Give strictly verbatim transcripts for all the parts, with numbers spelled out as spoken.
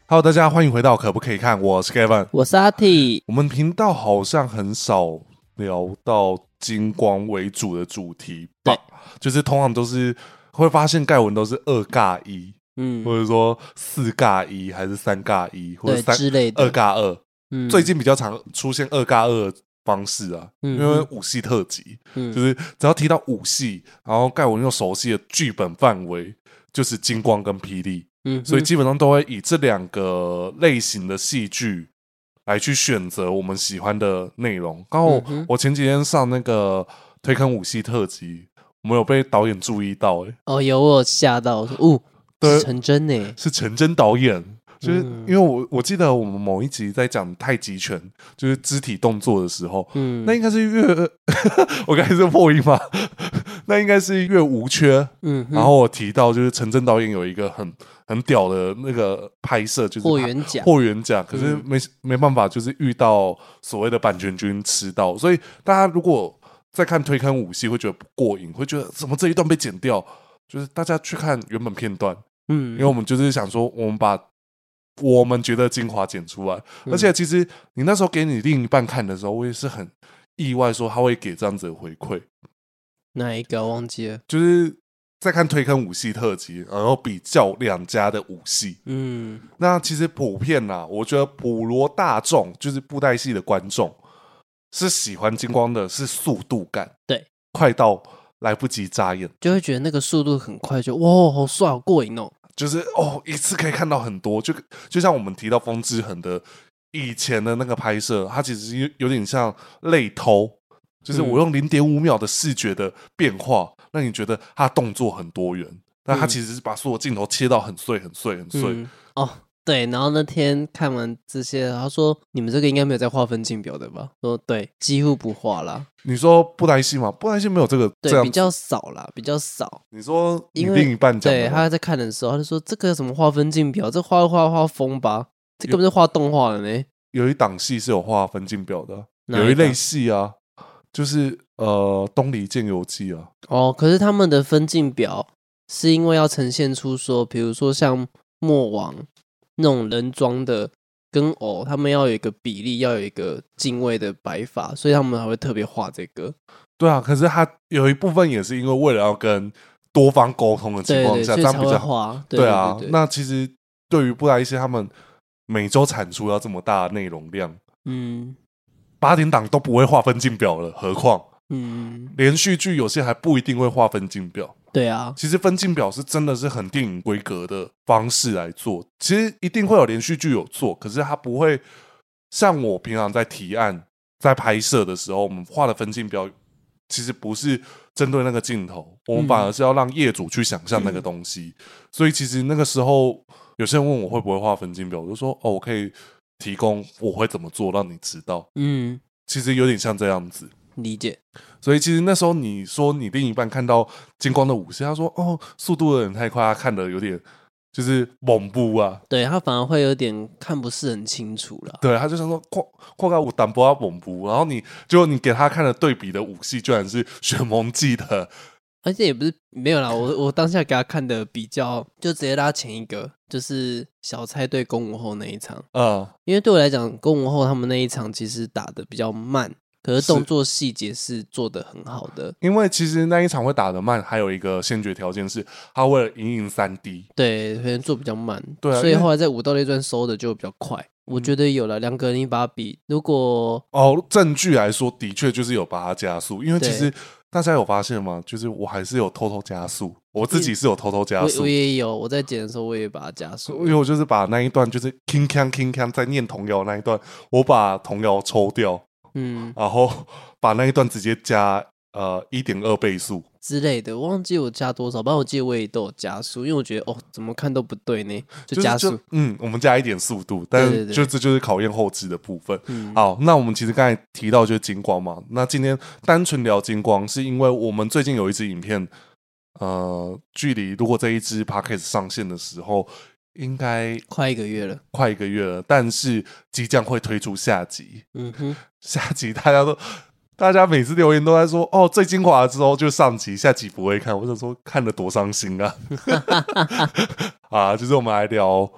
Hello， 大家欢迎回到可不可以看？我是 Kevin， 我是阿 T。 我们频道好像很少聊到金光为主的主题吧，就是通常都是会发现盖文都是二尬一，嗯，或者说四尬一还是三尬一，或者三之类的二尬二。嗯，最近比较常出现二尬二的方式啊，嗯、因为武系特辑，嗯，就是只要提到武系，然后盖文又熟悉的剧本范围就是金光跟霹雳。嗯，所以基本上都会以这两个类型的戏剧来去选择我们喜欢的内容。刚好我前几天上那个推坑武系特辑，我们有被导演注意到、欸， 哦，有我吓到，哦，是陈真呢， 是陈真导演。就是因为我我记得我们某一集在讲太极拳，就是肢体动作的时候，嗯，那应该是越我刚才是破音嘛，那应该是越无缺，嗯，然后我提到就是陈真导演有一个很很屌的那个拍摄，就是霍元甲， 霍元甲，可是没、嗯、没办法，就是遇到所谓的版权君吃到，所以大家如果在看推坑武系会觉得不过瘾，会觉得怎么这一段被剪掉，就是大家去看原本片段，嗯，因为我们就是想说我们把我们觉得精华剪出来、嗯、而且其实你那时候给你另一半看的时候，我也是很意外说他会给这样子的回馈。 哪一个忘记了？ 就是在看推坑武系特辑，然后比较两家的武系，嗯，那其实普遍啊，我觉得普罗大众就是布袋戏的观众是喜欢金光的是速度感， 对， 快到来不及眨眼， 就会觉得那个速度很快，就哇好帅好过瘾哦， 就是哦一次可以看到很多，就就像我们提到风之痕的以前的那个拍摄，它其实有点像类偷。就是我用零点五秒的视觉的变化，让你觉得他动作很多元，但他其实是把所有镜头切到很碎、很碎、很碎。嗯、 哦，对。然后那天看完这些，他说：“你们这个应该没有在画分镜表的吧？”说：“对，几乎不画啦。” 你说布袋戏吗？布袋戏没有这个， 对， 这样比较少啦，比较少。 你说你另一半讲的， 对，他在看的时候，他就说：“这个怎么画分镜表？这画画画疯吧？这根本是画动画了呢。” 有一档戏是有画分镜表的，有一类戏啊。就是呃，东离剑游记啊。 哦，可是他们的分镜表是因为要呈现出说，比如说像墨王那种人装的跟偶，他们要有一个比例，要有一个敬畏的摆法，所以他们还会特别画这个。 对啊，可是他有一部分也是因为为了要跟多方沟通的情况下， 这样比较画。 对, 对啊，对对对，那其实对于布袋戏他们每周产出要这么大的内容量，嗯。八点档都不会画分镜表了，何况嗯，连续剧有些还不一定会画分镜表。 对啊， 其实分镜表是真的是很电影规格的方式来做。其实一定会有连续剧有做，可是它不会像我平常在提案、在拍摄的时候，我们画的分镜表其实不是针对那个镜头，我们反而是要让业主去想象那个东西。嗯、所以其实那个时候，有些人问我会不会画分镜表，我就说哦，我可以。提供我会怎么做让你知道，嗯，其实有点像这样子， 理解。 所以其实那时候你说你另一半看到金光的武士，他说哦，速度有点太快，他看的有点就是猛步啊， 对他反而会有点看不是很清楚了。 对，他就想说跨跨个武胆波要猛步，然后你结果你给他看的对比的武戏，居然是雪蒙记的。 而且也不是没有啦，我我当下给他看的比较，就直接拉前一个，就是小蔡对公武后那一场，嗯，因为对我来讲，公武后他们那一场其实打的比较慢，可是动作细节是做的很好的。 因为其实那一场会打的慢，还有一个先决条件是，他为了赢赢三 D， 对，可能做比较慢， 对、啊， 所以后来在武道那段收的就比较快。我觉得有了两个人一把比，如果哦，证据来说，的确就是有把它加速，因为其实。大家有发现吗？就是我还是有偷偷加速，我自己是有偷偷加速。 我, 我也有，我在剪的时候我也把它加速， 因为我就是把那一段就是 king kang king kang 在念童谣那一段，我把童谣抽掉，嗯，然后把那一段直接加呃一点二倍速之类的，我忘记我加多少，反正我记得我也都有加速，因为我觉得哦怎么看都不对呢，就加速， 就是、嗯，我们加一点速度，但是就这就是考验后置的部分。嗯、好，那我们其实刚才提到就是金光嘛，那今天单纯聊金光，是因为我们最近有一支影片，呃，距离如果这一支 podcast 上线的时候，应该快一个月了， 快一个月了，但是即将会推出下集。嗯哼，下集大家都。大家每次留言都在说哦，最精华之后就上集，下集不会看。我想说看了多伤心啊！啊，就是我们来聊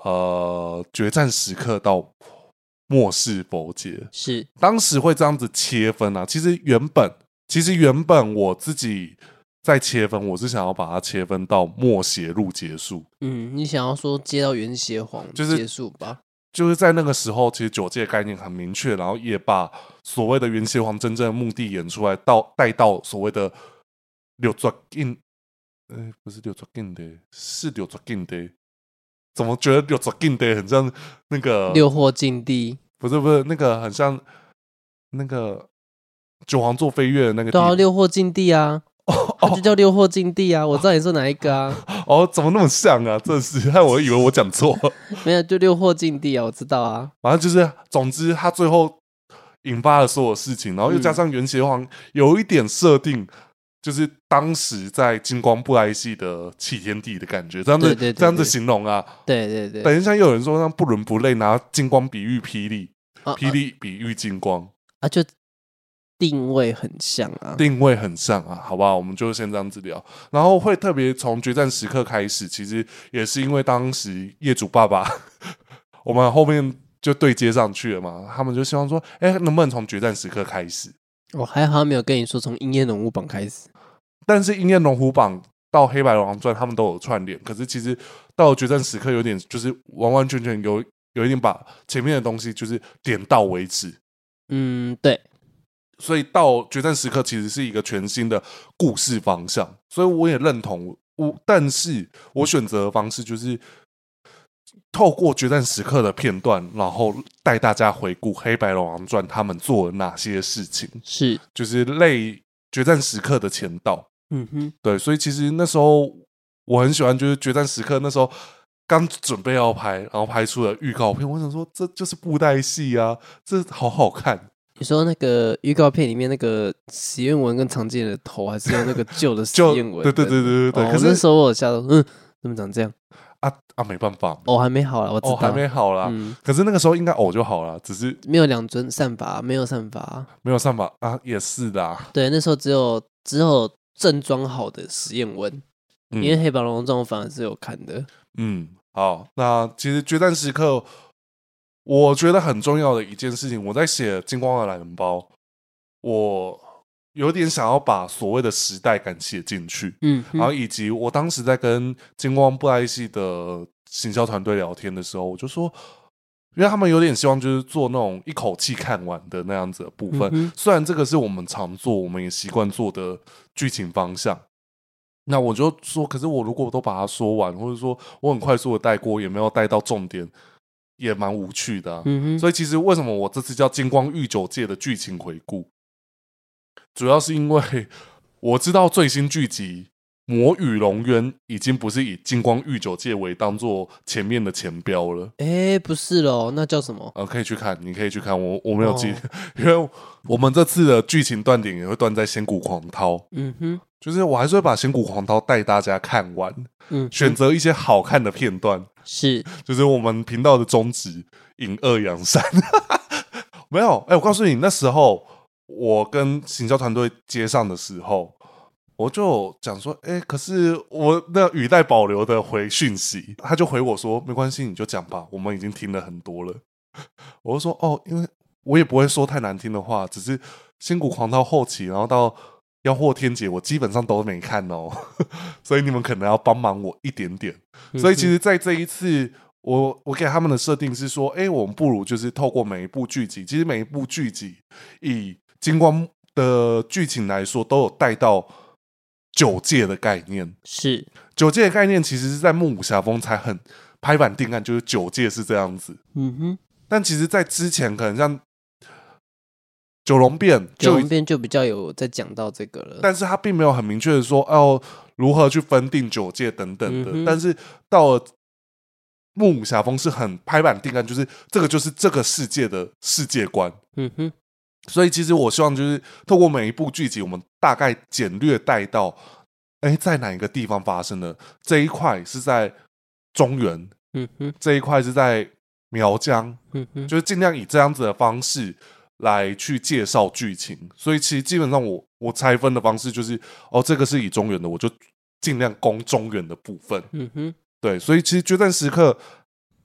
呃决战时刻到末世佛节， 是当时会这样子切分啊。其实原本其实原本我自己在切分，我是想要把它切分到末邪路结束。 嗯，你想要说接到元邪皇就是结束吧？ 就是在那个时候，其实九界概念很明确，然后也把所谓的元邪皇真正的目的演出来，到带到所谓的六抓紧，呃，不是六抓紧的，是六抓紧的。怎么觉得六抓紧的很像那个六祸禁地？ 不是不是，那个很像那个九皇座飞跃的那个地方。 对啊，六祸禁地啊。它就叫六祸禁地啊！我知道你说哪一个啊？ 哦，怎么那么像啊？真是害我以为我讲错。 没有，就六祸禁地啊，我知道啊。 反正就是，总之他最后引发了所有事情，然后又加上元邪皇有一点设定，就是当时在金光布莱希的弃天地的感觉，这样子这样子形容啊。 对对对。 等一下又有人说让不伦不类，拿金光比喻霹雳，霹雳比喻金光啊，就。定位很像啊， 定位很像啊，好不好？我们就先这样子聊，然后会特别从决战时刻开始，其实也是因为当时业主爸爸，我们后面就对接上去了嘛，他们就希望说，哎、欸，能不能从决战时刻开始？ 我还好没有跟你说从鹰焰龙虎榜开始， 但是鹰焰龙虎榜到黑白龙王传他们都有串联，可是其实到了决战时刻有点就是完完全全有有一点把前面的东西就是点到为止， 嗯，对。 所以到决战时刻其实是一个全新的故事方向，所以我也认同我，但是我选择的方式就是透过决战时刻的片段，然后带大家回顾黑白龙王传他们做了哪些事情， 是就是类决战时刻的前导。 嗯哼， 对，所以其实那时候我很喜欢，就是决战时刻那时候刚准备要拍，然后拍出了预告片，我想说这就是布袋戏啊，这好好看。 你说那个预告片里面那个实验文跟常见的头，还是用那个旧的实验文？ 对对对对对对。 哦、可是那时候我吓到，嗯，怎么长这样？ 啊啊，没办法， 哦，还没好啦，我知道， 哦，还没好啦。嗯、可是那个时候应该偶就好了，只是没有两尊散发，没有散发， 没有散发啊，也是的、啊。 对，那时候只有只有正装好的实验文，嗯、因为黑白龙王传我反而是有看的。 嗯，好，那其实决战时刻。我觉得很重要的一件事情，我在写金光的懒人包，我有点想要把所谓的时代感写进去，嗯，然后以及我当时在跟金光布袋戏的行销团队聊天的时候，我就说，因为他们有点希望就是做那种一口气看完的那样子的部分，嗯、虽然这个是我们常做，我们也习惯做的剧情方向。那我就说，可是我如果都把它说完，或者说我很快速的带过，也没有带到重点。也蛮无趣的、啊嗯、所以其实为什么我这次叫金光御九界的剧情回顾，主要是因为我知道最新剧集魔与龙渊已经不是以金光御九界为当做前面的前标了。 哎、欸，不是咯，那叫什么？ 呃，可以去看，你可以去看，我我没有记、哦，因为我们这次的剧情断点也会断在仙谷狂涛。嗯哼，就是我还是会把仙谷狂涛带大家看完，嗯，选择一些好看的片段。 是， 就是我们频道的宗旨，引恶扬善。没有，哎、欸，我告诉你，那时候我跟行销团队接上的时候，我就讲说，哎、欸，可是我那语带保留的回讯息，他就回我说，没关系，你就讲吧，我们已经听了很多了。我就说，哦，因为我也不会说太难听的话，只是仙谷狂涛后期，然后到妖惑天劫，我基本上都没看哦，所以你们可能要帮忙我一点点。所以其实在这一次我我给他们的设定是说，哎，我们不如就是透过每一部剧集，其实每一部剧集以金光的剧情来说都有带到九界的概念， 是九界的概念其实是在木武侠风才很拍板定案，就是九界是这样子。嗯哼，但其实在之前可能像九龙变， 九龙变就比较有在讲到这个了， 但是他并没有很明确的说哦如何去分定九界等等的、嗯、但是到了木武侠风是很拍板定案，就是这个就是这个世界的世界观。嗯哼，所以其实我希望就是透过每一部剧集，我们大概简略带到，哎，在哪一个地方发生的这一块是在中原，嗯哼，这一块是在苗疆，嗯哼，就是尽量以这样子的方式来去介绍剧情。所以其实基本上我我拆分的方式就是，哦，这个是以中原的，我就尽量攻中原的部分。嗯哼，对，所以其实决战时刻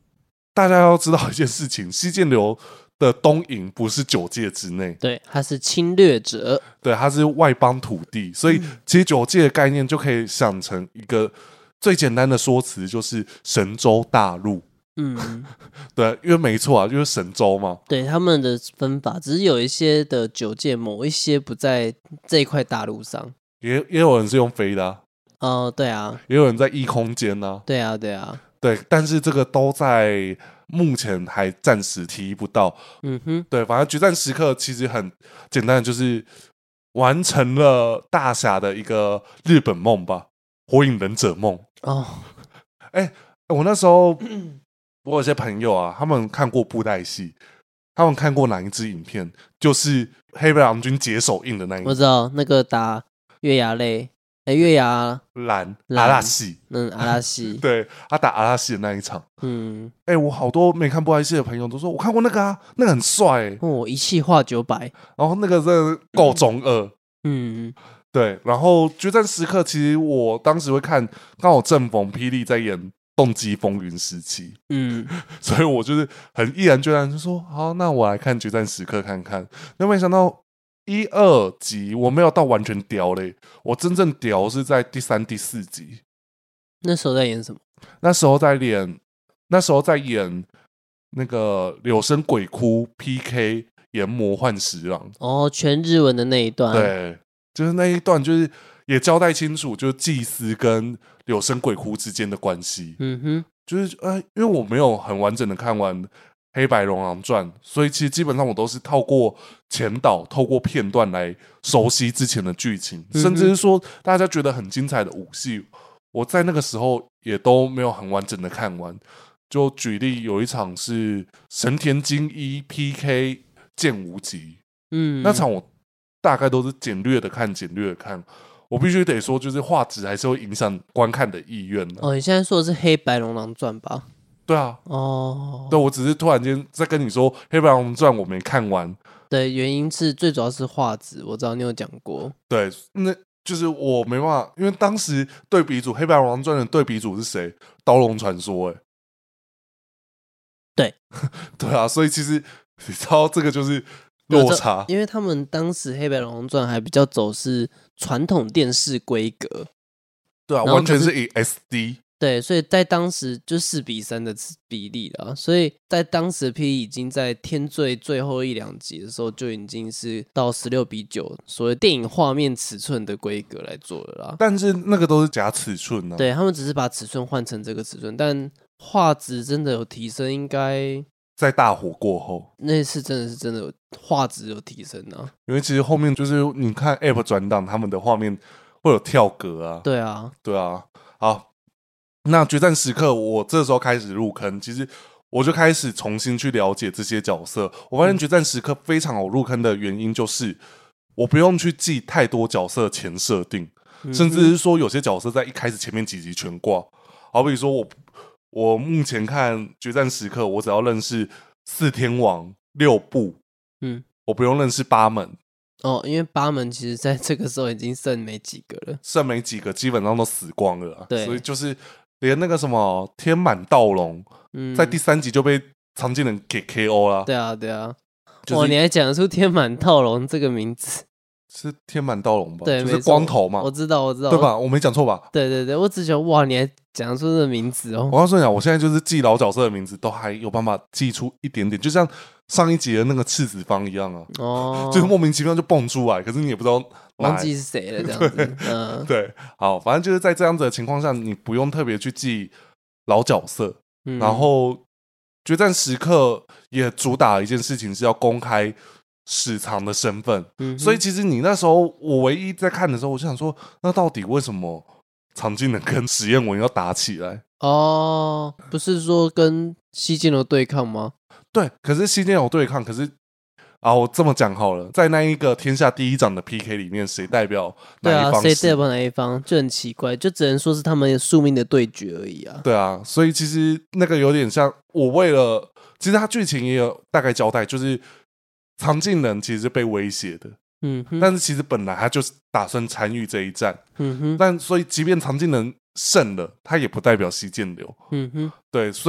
大家要知道一件事情，西涧流的东瀛不是九界之内， 对，他是侵略者， 对，他是外邦土地，所以其实九界的概念就可以想成一个最简单的说辞，就是神州大陆。嗯，对，因为没错啊，就是神州嘛。 对，他们的分法只是有一些的九界，某一些不在这一块大陆上， 也也有人是用飞的啊。 哦、呃，对啊， 也有人在异空间啊。 对啊，对啊， 对，但是这个都在目前还暂时提不到。嗯哼，对，反正决战时刻其实很简单，就是完成了大侠的一个日本梦吧，火影忍者梦。哦，哎、欸，我那时候我有些朋友啊，他们看过布袋戏，他们看过哪一支影片？就是黑白郎君解手印的那一支。 我知道那个打月牙泪。哎，月牙蓝阿拉西， 嗯，阿拉西， 对，他打阿拉西的那一场，嗯，哎、欸，我好多没看布袋戏的朋友都说我看过那个啊，那个很帅、欸， 哦，一气化九百， 然后那个真的够中二，嗯，对，然后决战时刻，其实我当时会看，刚好正逢霹雳在演《动机风云》时期，嗯，所以我就是很毅然决然就说，好，那我来看决战时刻看看，那没想到。一二集我没有到完全屌嘞，我真正屌是在第三、第四集。 那时候在演什么？ 那时候在演，那时候在演那个柳生鬼哭 P K 演魔幻十郎。 哦，全日文的那一段。 对，就是那一段，就是也交代清楚，就是祭司跟柳生鬼哭之间的关系。嗯哼，就是呃，因为我没有很完整的看完。黑白龙王传，所以其实基本上我都是透过前导、透过片段来熟悉之前的剧情，嗯、甚至是说大家觉得很精彩的武戏，我在那个时候也都没有很完整的看完。就举例，有一场是神田精一 P K 剑无极，嗯，那场我大概都是简略的看，简略的看。我必须得说，就是画质还是会影响观看的意愿的。 哦，你现在说的是黑白龙王传吧？ 对啊，哦，对，我只是突然间在跟你说《黑白龙传》，我没看完。 对，原因是最主要是画质，我知道你有讲过。 对，那就是我没办法，因为当时对比组《黑白龙传》的对比组是谁？刀龙传说，哎， 对， 对啊，所以其实你知道这个就是落差， 因为他们当时《黑白龙传》还比较走是传统电视规格， 对啊，完全是以 S D。 对，所以在当时就四比三的比例了，所以在当时 P 已经在天罪最后一两集的时候就已经是到十六比九，所谓电影画面尺寸的规格来做了啦。 但是那个都是假尺寸呢、啊， 对他们只是把尺寸换成这个尺寸，但画质真的有提升，应该在大火过后那次真的是真的画质有提升啊。 因为其实后面就是你看 App 转档，他们的画面会有跳格啊， 对啊， 对啊，好。那决战时刻，我这时候开始入坑，其实我就开始重新去了解这些角色。我发现决战时刻非常好入坑的原因，就是我不用去记太多角色前设定，嗯、甚至是说有些角色在一开始前面几集全挂。好比说我我目前看决战时刻，我只要认识四天王、六部，嗯，我不用认识八门。 哦，因为八门其实在这个时候已经剩没几个了， 剩没几个，基本上都死光了、啊。 对， 所以就是连那个什么天满道龙，嗯、在第三集就被常见人给 K O 啦。 对啊，对啊。就是、哇，你还讲得出天满道龙这个名字？ 是天满道龙吧？ 对， 就是光头嘛。 我知道，我知道， 对吧？我没讲错吧？ 对对对，我只觉得哇，你还讲出这个名字哦。 我告诉你啊，我现在就是记老角色的名字，都还有办法记出一点点，就像上一集的那个赤子方一样啊。哦，就是莫名其妙就蹦出来，可是你也不知道忘记是谁了，这样子。 对， 嗯， 对，好，反正就是在这样子的情况下，你不用特别去记老角色，嗯、然后决战时刻也主打一件事情是要公开史藏的身份，嗯、所以其实你那时候我唯一在看的时候，我就想说，那到底为什么常进人跟史艳文要打起来？ 哦，不是说跟西涧流对抗吗？ 对，可是西涧流对抗，可是啊，我这么讲好了，在那一个天下第一掌的 P K 里面，谁代表哪一方？ 对啊，谁代表哪一方就很奇怪，就只能说是他们宿命的对决而已啊。 对啊，所以其实那个有点像我为了，其实他剧情也有大概交代，就是常进人其实是被威胁的，嗯哼，但是其实本来他就是打算参与这一战，嗯哼，但所以即便常进人胜了，他也不代表西涧流，嗯哼，对，所以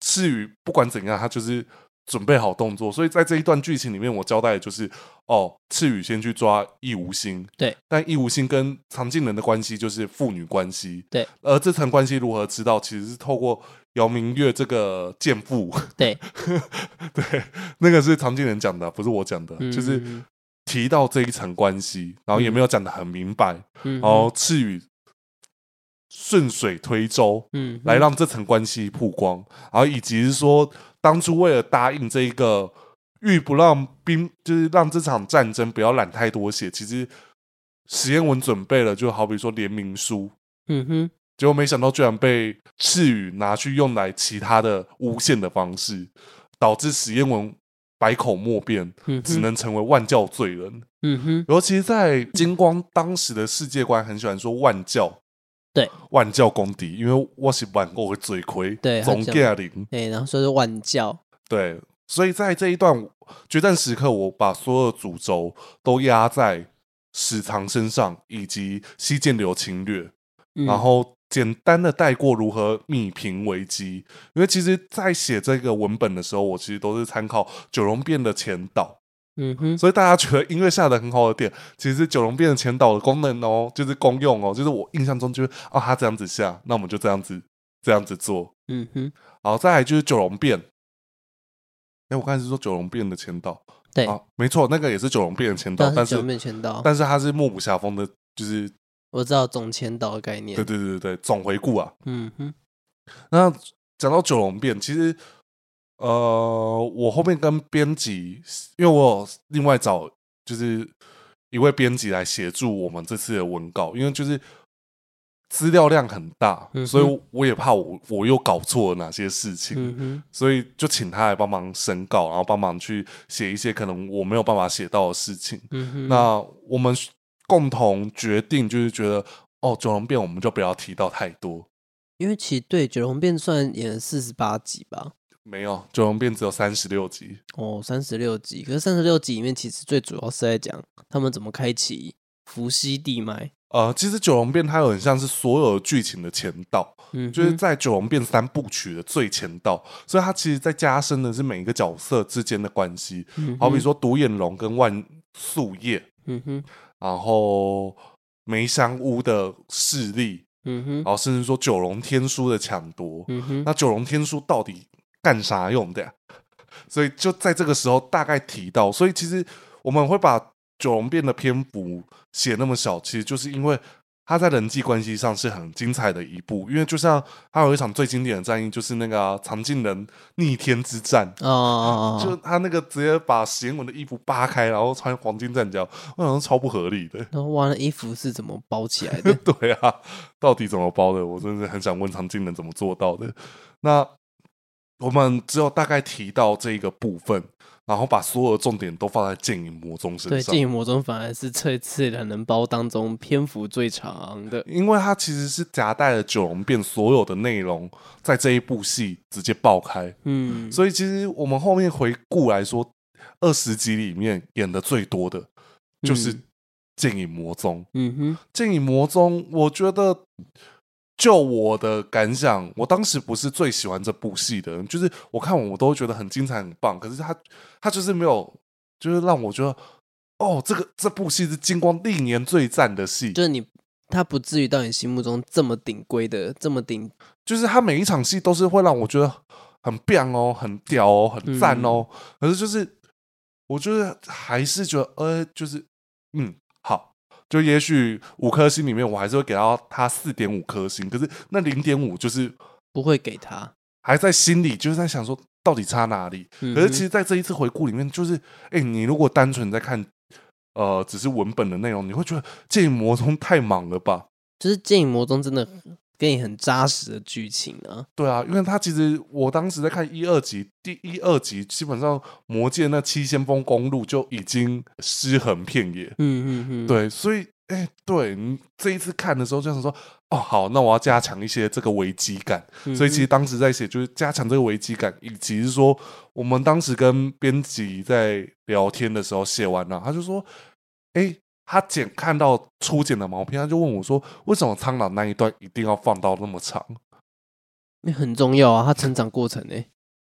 赤羽不管怎样，他就是准备好动作，所以在这一段剧情里面，我交代的就是哦，赤羽先去抓义无心， 对， 但义无心跟藏镜人的关系就是父女关系， 对， 而这层关系如何知道，其实是透过姚明月这个贱妇， 对对，那个是藏镜人讲的，不是我讲的， 嗯、 就是提到这一层关系，然后也没有讲得很明白，嗯、然后赤羽顺水推舟，嗯，来让这层关系曝光，然后以及是说，当初为了答应这一个欲不让兵，就是让这场战争不要染太多血，其实史艳文准备了，就好比说联名书，嗯哼，结果没想到居然被赤羽拿去用来其他的诬陷的方式，导致史艳文百口莫辩，嗯、只能成为万教罪人。嗯哼，尤其在金光当时的世界观，很喜欢说万教。 对， 万教公敌，因为我是万国的罪魁， 对， 总驾临， 对，然后说是万教， 对，所以在这一段决战时刻，我把所有主轴都压在史藏身上，以及西涧流侵略，嗯、然后简单的带过如何弭平危机。因为其实，在写这个文本的时候，我其实都是参考九龙变的前导。嗯哼，所以大家觉得音乐下的很好的点，其实九龙变的前导的功能哦，就是功用哦，就是我印象中就是哦，他这样子下，那我们就这样子这样子做。嗯哼，好，再来就是九龙变。哎，我刚才是说九龙变的前导， 对啊，没错，那个也是九龙变的前导，但是九龙变前导， 但是它是目不暇风的，就是我知道总前导的概念。 对对对对，总回顾啊。嗯哼，那讲到九龙变，其实。呃，我后面跟编辑，因为我有另外找就是一位编辑来协助我们这次的文稿，因为就是资料量很大，嗯、所以我也怕我我又搞错了哪些事情，嗯、所以就请他来帮忙审稿，然后帮忙去写一些可能我没有办法写到的事情。嗯、那我们共同决定就是觉得，哦，九龙变我们就不要提到太多， 因为其实对九龙变算演了四十八集吧。 没有，九龙变只有三十六集哦，三十六集。可是三十六集里面，其实最主要是在讲他们怎么开启伏羲地脉。 呃，其实九龙变它有很像是所有剧情的前导，嗯，就是在九龙变三部曲的最前导，所以它其实在加深的是每一个角色之间的关系。嗯、好比说独眼龙跟万素叶，嗯哼，然后梅香屋的势力，嗯哼，然后甚至说九龙天书的抢夺，嗯哼，那九龙天书到底干啥用的呀？所以就在这个时候大概提到，所以其实我们会把九龙变的篇幅写那么小，其实就是因为他在人际关系上是很精彩的一部。因为就像他有一场最经典的战役，就是那个藏镜人逆天之战哦哦哦，就他那个直接把史艳文的衣服扒开，然后穿黄金战甲，我想说超不合理的。 然后哇，那衣服是怎么包起来的？ 对啊，到底怎么包的？我真的很想问藏镜人怎么做到的。那我们只有大概提到这一个部分，然后把所有的重点都放在剑影魔宗身上。 对，剑影魔宗反而是这次两人包当中篇幅最长的， 因为它其实是夹带了九龙变所有的内容在这一部戏直接爆开。嗯，所以其实我们后面回顾来说，二十集里面演的最多的就是剑影魔宗。嗯哼，剑影魔宗，我觉得。就我的感想，我当时不是最喜欢这部戏的人，就是我看完我都觉得很精彩很棒，可是他他就是没有，就是让我觉得，哦，这个这部戏是金光历年最赞的戏， 就是你他不至于到你心目中这么顶规的，这么顶， 就是他每一场戏都是会让我觉得很棒哦，很屌哦，很赞哦，嗯、可是就是我觉得还是觉得，呃，就是嗯好。就也许五颗星里面，我还是会给到他四点五颗星，可是那零点五就是不会给他， 还在心里就是在想说到底差哪里。嗯、可是其实，在这一次回顾里面，就是哎、欸，你如果单纯在看呃只是文本的内容，你会觉得剑影魔宗太忙了吧？ 就是剑影魔宗真的给你很扎实的剧情啊。 对啊，因为他其实我当时在看一二集，第一二集基本上魔界那七先锋公路就已经尸横遍野。嗯嗯嗯，对，所以哎、欸，对你这一次看的时候就想说，哦，好，那我要加强一些这个危机感。嗯、所以其实当时在写就是加强这个危机感，以及是说我们当时跟编辑在聊天的时候写完了，他就说，哎、欸。他剪看到初剪的毛片，他就问我说：“为什么苍狼那一段一定要放到那么长？” 那很重要啊，他成长过程呢、欸。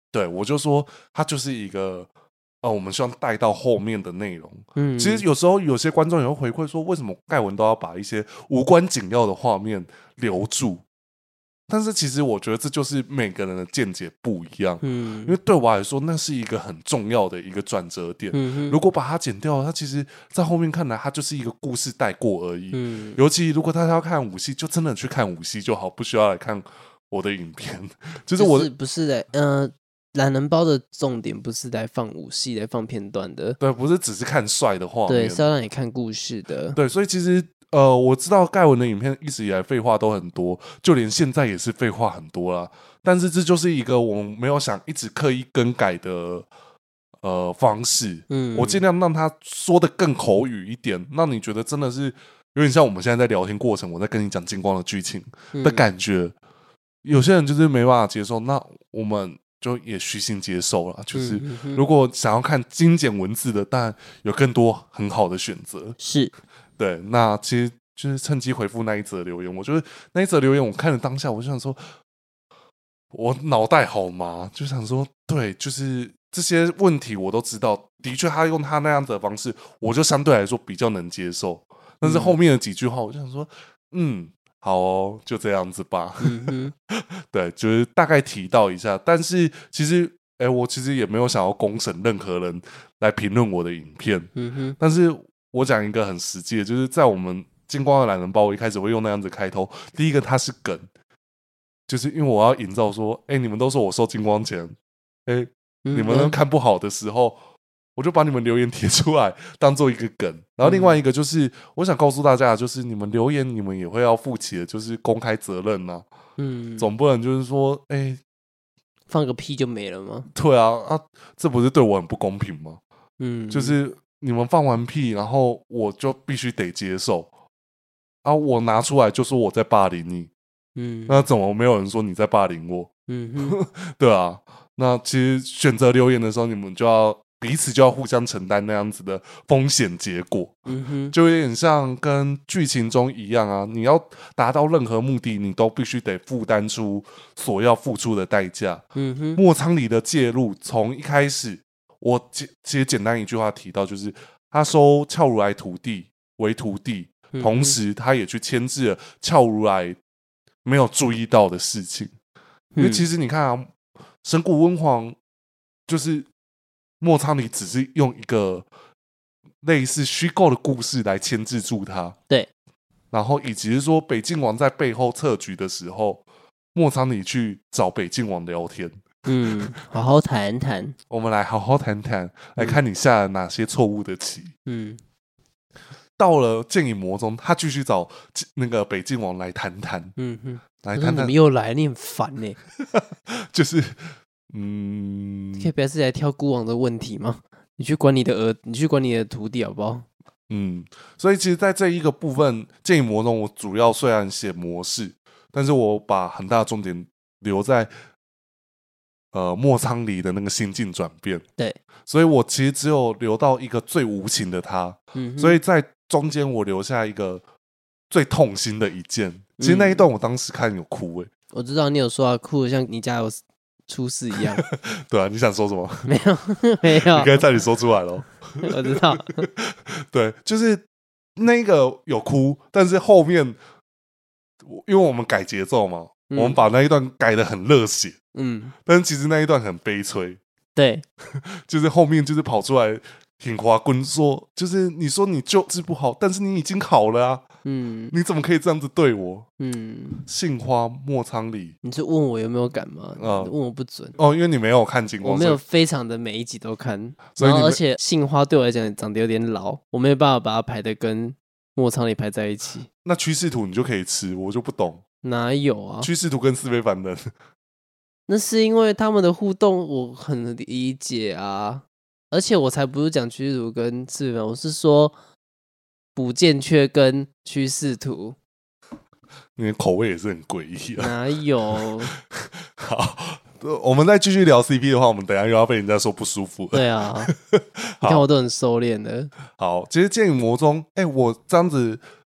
对，我就说它就是一个呃，我们希望带到后面的内容。嗯，其实有时候有些观众也会回馈说，为什么盖文都要把一些无关紧要的画面留住？但是其实我觉得这就是每个人的见解不一样。嗯，因为对我来说，那是一个很重要的一个转折点。嗯，如果把它剪掉了，它其实在后面看来，它就是一个故事带过而已。嗯，尤其如果大家要看武戏，就真的去看武戏就好，不需要来看我的影片。就是我不是不是的，呃。懒人包的重点不是来放武戏、来放片段的， 对，不是只是看帅的画面， 对，是要让你看故事的， 对，所以其实呃，我知道盖文的影片一直以来废话都很多，就连现在也是废话很多啦。但是这就是一个我没有想一直刻意更改的呃方式，嗯，我尽量让他说的更口语一点，让你觉得真的是有点像我们现在在聊天过程，我在跟你讲金光的剧情的感觉。嗯，有些人就是没办法接受，那我们就也虚心接受了，就是如果想要看精简文字的，当然有更多很好的选择。 是， 对，那其实就是趁机回复那一则留言。我觉得那一则留言，我看了当下，我就想说，我脑袋好麻，就想说，对，就是这些问题我都知道，的确他用他那样子的方式，我就相对来说比较能接受。但是后面的几句话，我就想说，嗯。好哦，就这样子吧。嗯、对，就是大概提到一下，但是其实，哎，我其实也没有想要公审任何人来评论我的影片。嗯哼，但是我讲一个很实际的，就是在我们金光的懒人包，我一开始会用那样子开头。第一个，它是梗，就是因为我要营造说，哎，你们都说我收金光钱，哎，你们都看不好的时候。我就把你们留言贴出来当做一个梗，然后另外一个就是我想告诉大家，就是你们留言你们也会要负起的，就是公开责任呐、啊。嗯，总不能就是说，哎、欸， 放个屁就没了吗？ 对啊，啊，这不是对我很不公平吗？嗯，就是你们放完屁，然后我就必须得接受啊，我拿出来就说我在霸凌你，嗯，那怎么没有人说你在霸凌我？嗯哼，对啊，那其实选择留言的时候，你们就要。彼此就要互相承担那样子的风险结果，嗯哼，就有点像跟剧情中一样啊！你要达到任何目的，你都必须得负担出所要付出的代价。嗯哼，莫仓里的介入，从一开始，我其实简单一句话提到，就是他收俏如来徒弟为徒弟，嗯、同时他也去牵制了俏如来没有注意到的事情。因为其实你看啊，神谷温皇就是。莫仓里只是用一个类似虚构的故事来牵制住他， 对， 然后以及是说北境王在背后策局的时候，莫仓里去找北境王聊天， 嗯，好好谈谈， 我们来好好谈谈，来看你下了哪些错误的棋，嗯，到了剑影魔宗，他继续找那个北境王来谈谈，嗯哼，来谈谈， 你们又来，你很烦呢、 欸，就是。嗯， 可以不要自己来挑孤王的问题吗？你去管你的儿，你去管你的徒弟好不好？ 嗯，所以其实，在这一个部分，剑影魔宗我主要虽然写模式，但是我把很大的重点留在呃莫仓里的那个心境转变。 对， 所以我其实只有留到一个最无情的他，嗯，所以在中间我留下一个最痛心的一件。其实那一段我当时看有哭诶、欸， 我知道你有说啊，哭的像你家有。出事一样， 对啊，你想说什么？ 没有，没有， 你可以在你说出来咯。 我知道， 对，就是那个有哭，但是后面因为我们改节奏嘛，嗯、我们把那一段改得很热血，嗯，但是其实那一段很悲催， 对， 就是后面就是跑出来挺华棍说，就是你说你救治不好，但是你已经好了啊。嗯，你怎么可以这样子对我？嗯，杏花莫仓里， 你是问我有没有感吗？嗯，问我不准哦，因为你没有看金光， 我没有非常的每一集都看，然后而且杏花对我来讲长得有点老，我没有办法把它排的跟莫仓里排在一起。 那趋势图你就可以吃，我就不懂， 哪有啊？ 趋势图跟四非凡人， 那是因为他们的互动我很理解啊，而且我才不是讲趋势图跟四非凡，我是说。补剑却跟趋势图， 你的口味也是很诡异啊！ 哪有？ 好，我们再继续聊 C P 的话，我们等一下又要被人家说不舒服了。 对啊，你看我都很收敛的。 好，其实剑影魔宗，哎、欸，我这样子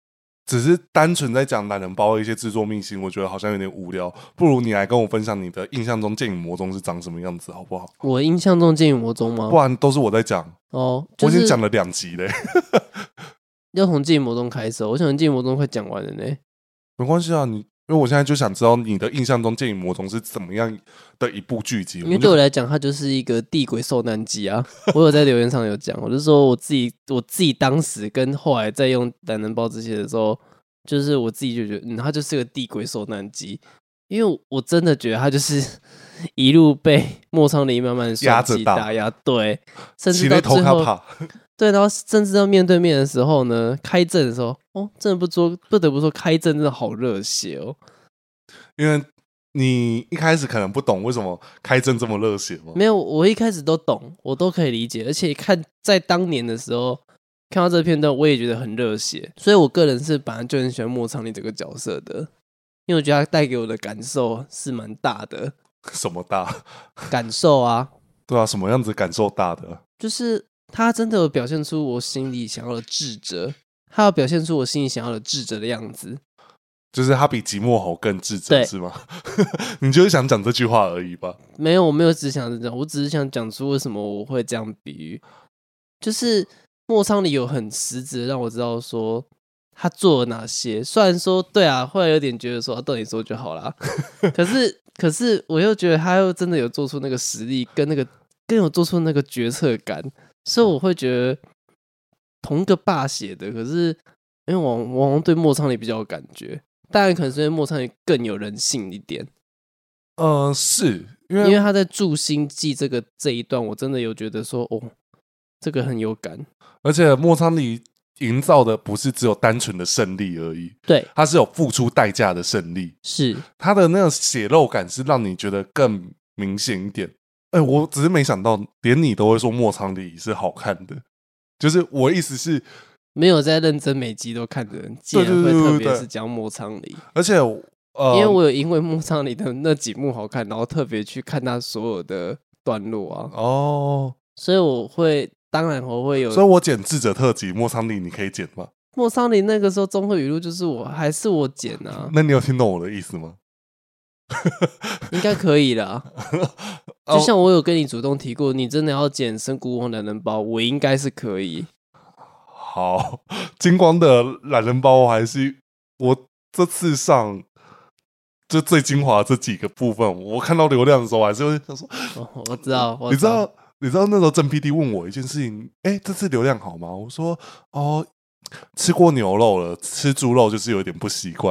只是单纯在讲懒人包的一些制作秘辛，我觉得好像有点无聊。不如你来跟我分享你的印象中剑影魔宗是长什么样子，好不好？ 我印象中剑影魔宗吗？ 不然都是我在讲哦、就是， 我已经讲了两集嘞。 要从剑影魔宗开始，我想剑影魔宗快讲完了呢。 没关系啊，你因为我现在就想知道你的印象中剑影魔宗是怎么样的一部剧集。 因为对我来讲，它就是一个地鬼受难记啊。我有在留言上有讲，我就说我自己我自己当时跟后来在用懒人包这些的时候，就是我自己就觉得，嗯，它就是个地鬼受难记。因为我真的觉得他就是一路被莫昌黎慢慢压着打压，对，甚至到最后，对，然后甚至到面对面的时候呢，开阵的时候，哦，真的不说，不得不说，开阵真的好热血哦。 因为你一开始可能不懂为什么开阵这么热血吗？ 没有，我一开始都懂，我都可以理解，而且看在当年的时候看到这片段，我也觉得很热血，所以我个人是本来就很喜欢莫昌黎这个角色的。因为我觉得他带给我的感受是蛮大的。 什么大？ 感受啊。 对啊，什么样子感受大的？ 就是他真的有表现出我心里想要的智者，他有表现出我心里想要的智者的样子。 就是他比即墨侯更智者是吗？你就是想讲这句话而已吧？ 没有，我没有只想这讲，我只是想讲出为什么我会这样比喻。就是莫昌黎有很实质的让我知道说他做了哪些，虽然说对啊，后来有点觉得说对你说就好啦，可是可是我又觉得他又真的有做出那个实力，跟那个更有做出那个决策感，所以我会觉得同一个霸写的，可是因为我我好像对莫昌黎比较有感觉，当然可能是因为莫昌黎更有人性一点。 呃，是因为因为他在筑心记这个这一段，我真的有觉得说哦，这个很有感， 而且莫昌黎营造的不是只有单纯的胜利而已， 对， 它是有付出代价的胜利， 是它的那种血肉感是让你觉得更明显一点。哎、欸，我只是没想到，连你都会说莫昌黎是好看的，就是我意思是， 没有在认真每集都看的人，竟然会特别是讲莫昌黎， 而且呃， 因为我有因为莫昌黎的那几幕好看，然后特别去看他所有的段落啊，哦，所以我会。当然我会有， 所以我剪智者特辑莫昌黎，你可以剪吗？ 莫昌黎那个时候综合语录就是我还是我剪啊？ 那你有听懂我的意思吗？ 应该可以啦。就像我有跟你主动提过，你真的要剪深谷光懒人包，我应该是可以。 好，金光的懒人包还是我这次上就最精华这几个部分，我看到流量的时候还是会想说， 哦，我知道，我你知道。你知道那时候郑 P D 问我一件事情，哎、欸，这次流量好吗？我说哦，吃过牛肉了，吃猪肉就是有点不习惯。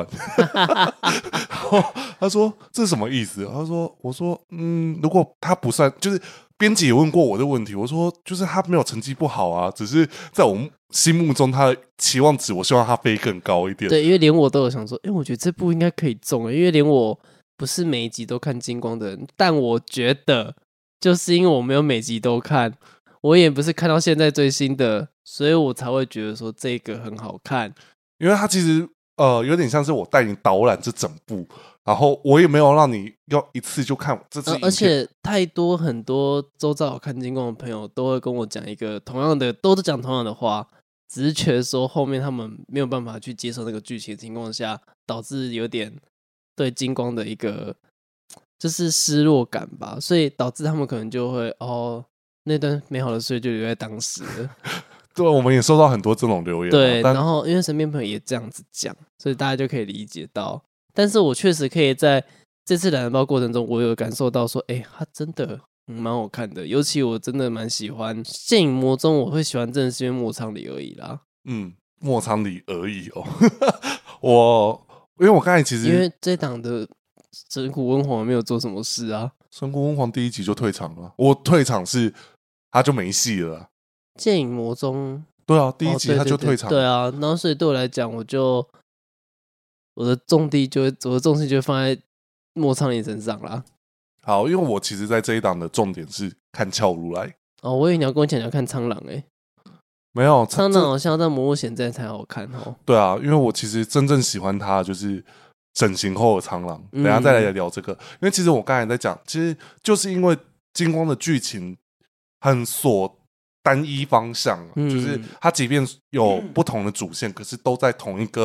他说这是什么意思？他说，我说嗯，如果他不算，就是编辑也问过我的问题，我说就是他没有成绩不好啊，只是在我们心目中他的期望值，我希望他飞更高一点。 对，因为连我都有想说，哎、欸，我觉得这部应该可以中，因为连我不是每一集都看金光的人，但我觉得。就是因为我没有每集都看，我也不是看到现在最新的，所以我才会觉得说这个很好看。 因为它其实呃有点像是我带你导览这整部，然后我也没有让你要一次就看这支影片、 呃、而且太多很多周遭有看金光的朋友都会跟我讲一个同样的，都是讲同样的话，只是觉得说后面他们没有办法去接受那个剧情的情况下，导致有点对金光的一个。就是失落感吧，所以导致他们可能就会哦，那段美好的岁月就留在当时了。 对，我们也收到很多这种留言。 对，然后因为身边朋友也这样子讲，所以大家就可以理解到。但是我确实可以在这次懒人包过程中，我有感受到说，哎、欸，他真的蛮、嗯、好看的。尤其我真的蛮喜欢剑影魔宗，我会喜欢，真的是因为莫昌黎而已啦。 嗯，莫昌黎而已哦。我因为我刚才其实因为这档的。神谷温皇没有做什么事啊！ 神谷温皇第一集就退场了，我退场是他就没戏了、啊。 剑影魔宗， 对啊，第一集他就退场、 哦对对对。对啊，然后所以对我来讲，我就我的重地就会，我的重心就会放在莫昌黎身上啦。 好，因为我其实在这一档的重点是看俏如来。 哦，我以为你要跟我讲要看苍狼诶、欸， 没有， 苍狼好像在魔物险寨才好看哦。 对啊，因为我其实真正喜欢他就是整形后的苍狼，等一下再来聊这个。嗯、因为其实我刚才在讲，其实就是因为金光的剧情很锁单一方向、啊嗯，就是他即便有不同的主线，可是都在同一个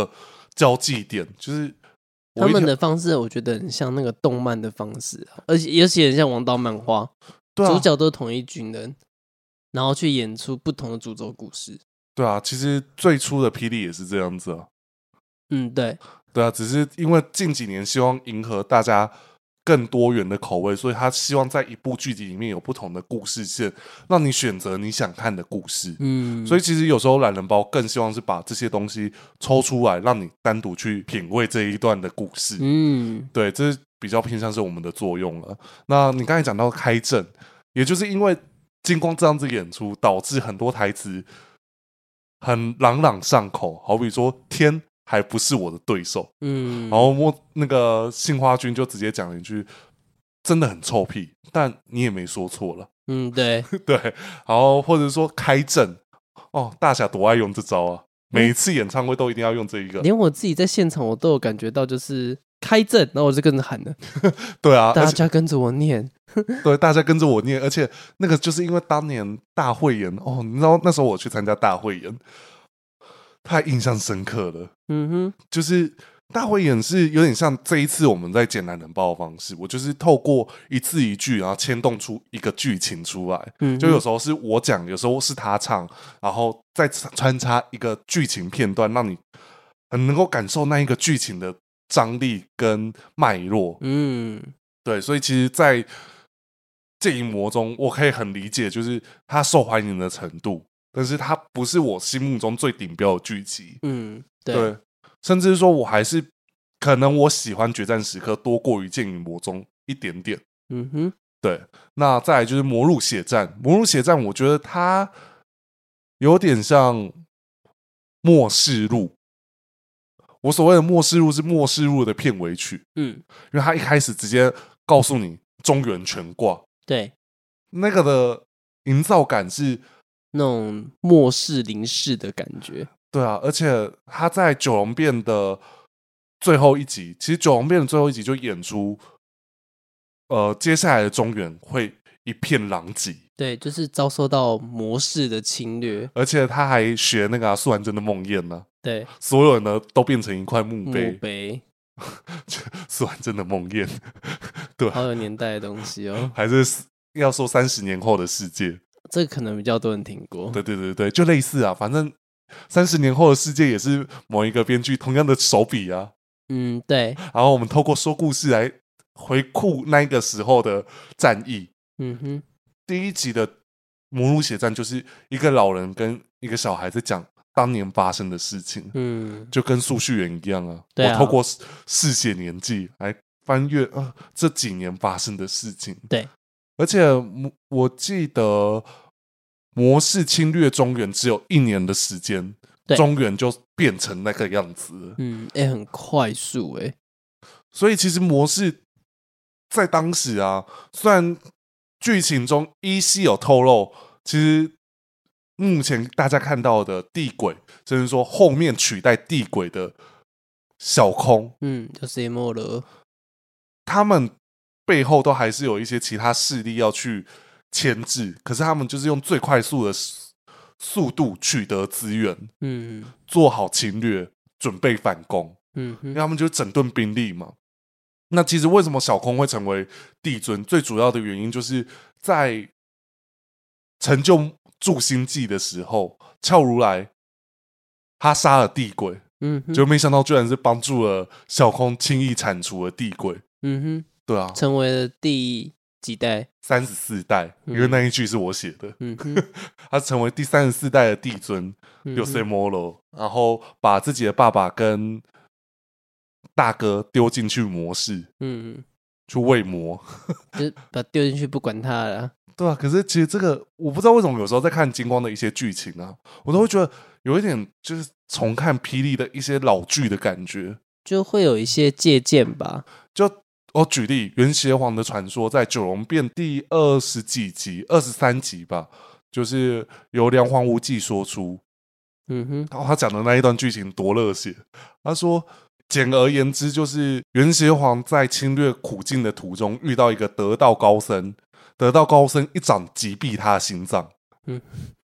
交际点，就是他们的方式，我觉得很像那个动漫的方式，而且尤其很像王道漫画，对啊，主角都是同一群人，然后去演出不同的主轴故事。 对啊，其实最初的霹雳也是这样子啊。 嗯，对， 对啊，只是因为近几年希望迎合大家更多元的口味，所以他希望在一部剧集里面有不同的故事线，让你选择你想看的故事。嗯，所以其实有时候懒人包更希望是把这些东西抽出来，让你单独去品味这一段的故事。嗯，对，这比较偏向是我们的作用了。那你刚才讲到开阵，也就是因为金光这样子演出，导致很多台词很朗朗上口，好比说天还不是我的对手，嗯，然后莫那个杏花君就直接讲了一句真的很臭屁，但你也没说错了， 嗯，对对，然后或者说开阵，哦，大侠多爱用这招啊，每一次演唱会都一定要用这一个， 连我自己在现场我都有感觉到，就是开阵，然后我就跟着喊了， 对啊， 大家跟着我念， 对，大家跟着我念，而且那个就是因为当年大会演哦，你知道那时候我去参加大会演。太印象深刻了，嗯哼，就是大会演是有点像这一次我们在剪懒人包的方式，我就是透过一字一句，然后牵动出一个剧情出来，嗯，就有时候是我讲，有时候是他唱，然后再穿插一个剧情片段，让你很能够感受那一个剧情的张力跟脉络，嗯，对，所以其实，在剑影魔中，我可以很理解，就是他受欢迎的程度。但是它不是我心目中最顶标的剧集，嗯，对，对，甚至说我还是可能我喜欢决战时刻多过于剑影魔中一点点，嗯哼，对。那再来就是魔入血战，魔入血战，我觉得它有点像末世录。我所谓的末世录是末世录的片尾曲，嗯，因为它一开始直接告诉你中原全挂， 对， 那个的营造感是。 那种末世临世的感觉， 对啊，而且他在九龙变的最后一集，其实九龙变的最后一集就演出，呃，接下来的中原会一片狼藉， 对，就是遭受到魔世的侵略， 而且他还学那个素还真的梦魇呢， 对， 所有人呢都变成一块墓碑， 墓碑， 素还真的梦魇，对， 好有年代的东西哦， 还是要说三十年后的世界。 这可能比较多人听过， 对对对对，就类似啊，反正三十年后的世界也是某一个编剧同样的手笔啊， 嗯，对。 然后我们透过说故事来回顾那个时候的战役。嗯哼，第一集的魔入血战就是一个老人跟一个小孩在讲当年发生的事情，嗯，就跟速序员一样啊， 对啊， 我透过嗜血年纪来翻阅啊这几年发生的事情， 对。 而且我记得魔世侵略中原只有一年的时间，中原就变成那个样子了。 嗯，哎、欸，很快速哎、欸。 所以其实魔世在当时啊，虽然剧情中依稀有透露，其实目前大家看到的地鬼，甚至说后面取代地鬼的小空， 嗯，就是莫了， 他们。背后都还是有一些其他势力要去牵制，可是他们就是用最快速的速度取得资源，嗯，做好侵略，准备反攻，嗯，因为他们就整顿兵力嘛。那其实为什么小空会成为帝尊？最主要的原因就是在成就筑心计的时候，俏如来他杀了地鬼，嗯，就没想到居然是帮助了小空轻易铲除了地鬼，嗯哼。对啊， 成为了第几代？ 三十四代，因为那一句是我写的。嗯，他成为第三十四代的帝尊，有 C 摩罗，然后把自己的爸爸跟大哥丢进去魔室，嗯，去喂魔， 就把丢进去不管他了。 对啊，可是其实这个我不知道为什么有时候在看金光的一些剧情啊，我都会觉得有一点就是重看霹雳的一些老剧的感觉， 就会有一些借鉴吧， 就。我举例，元邪皇的传说在九龙变第二十几集、二十三集吧，就是由梁皇无忌说出。嗯哼，然后他讲的那一段剧情多热血。他说，简而言之，就是元邪皇在侵略苦境的途中，遇到一个得道高僧，得道高僧一掌击毙他的心脏。嗯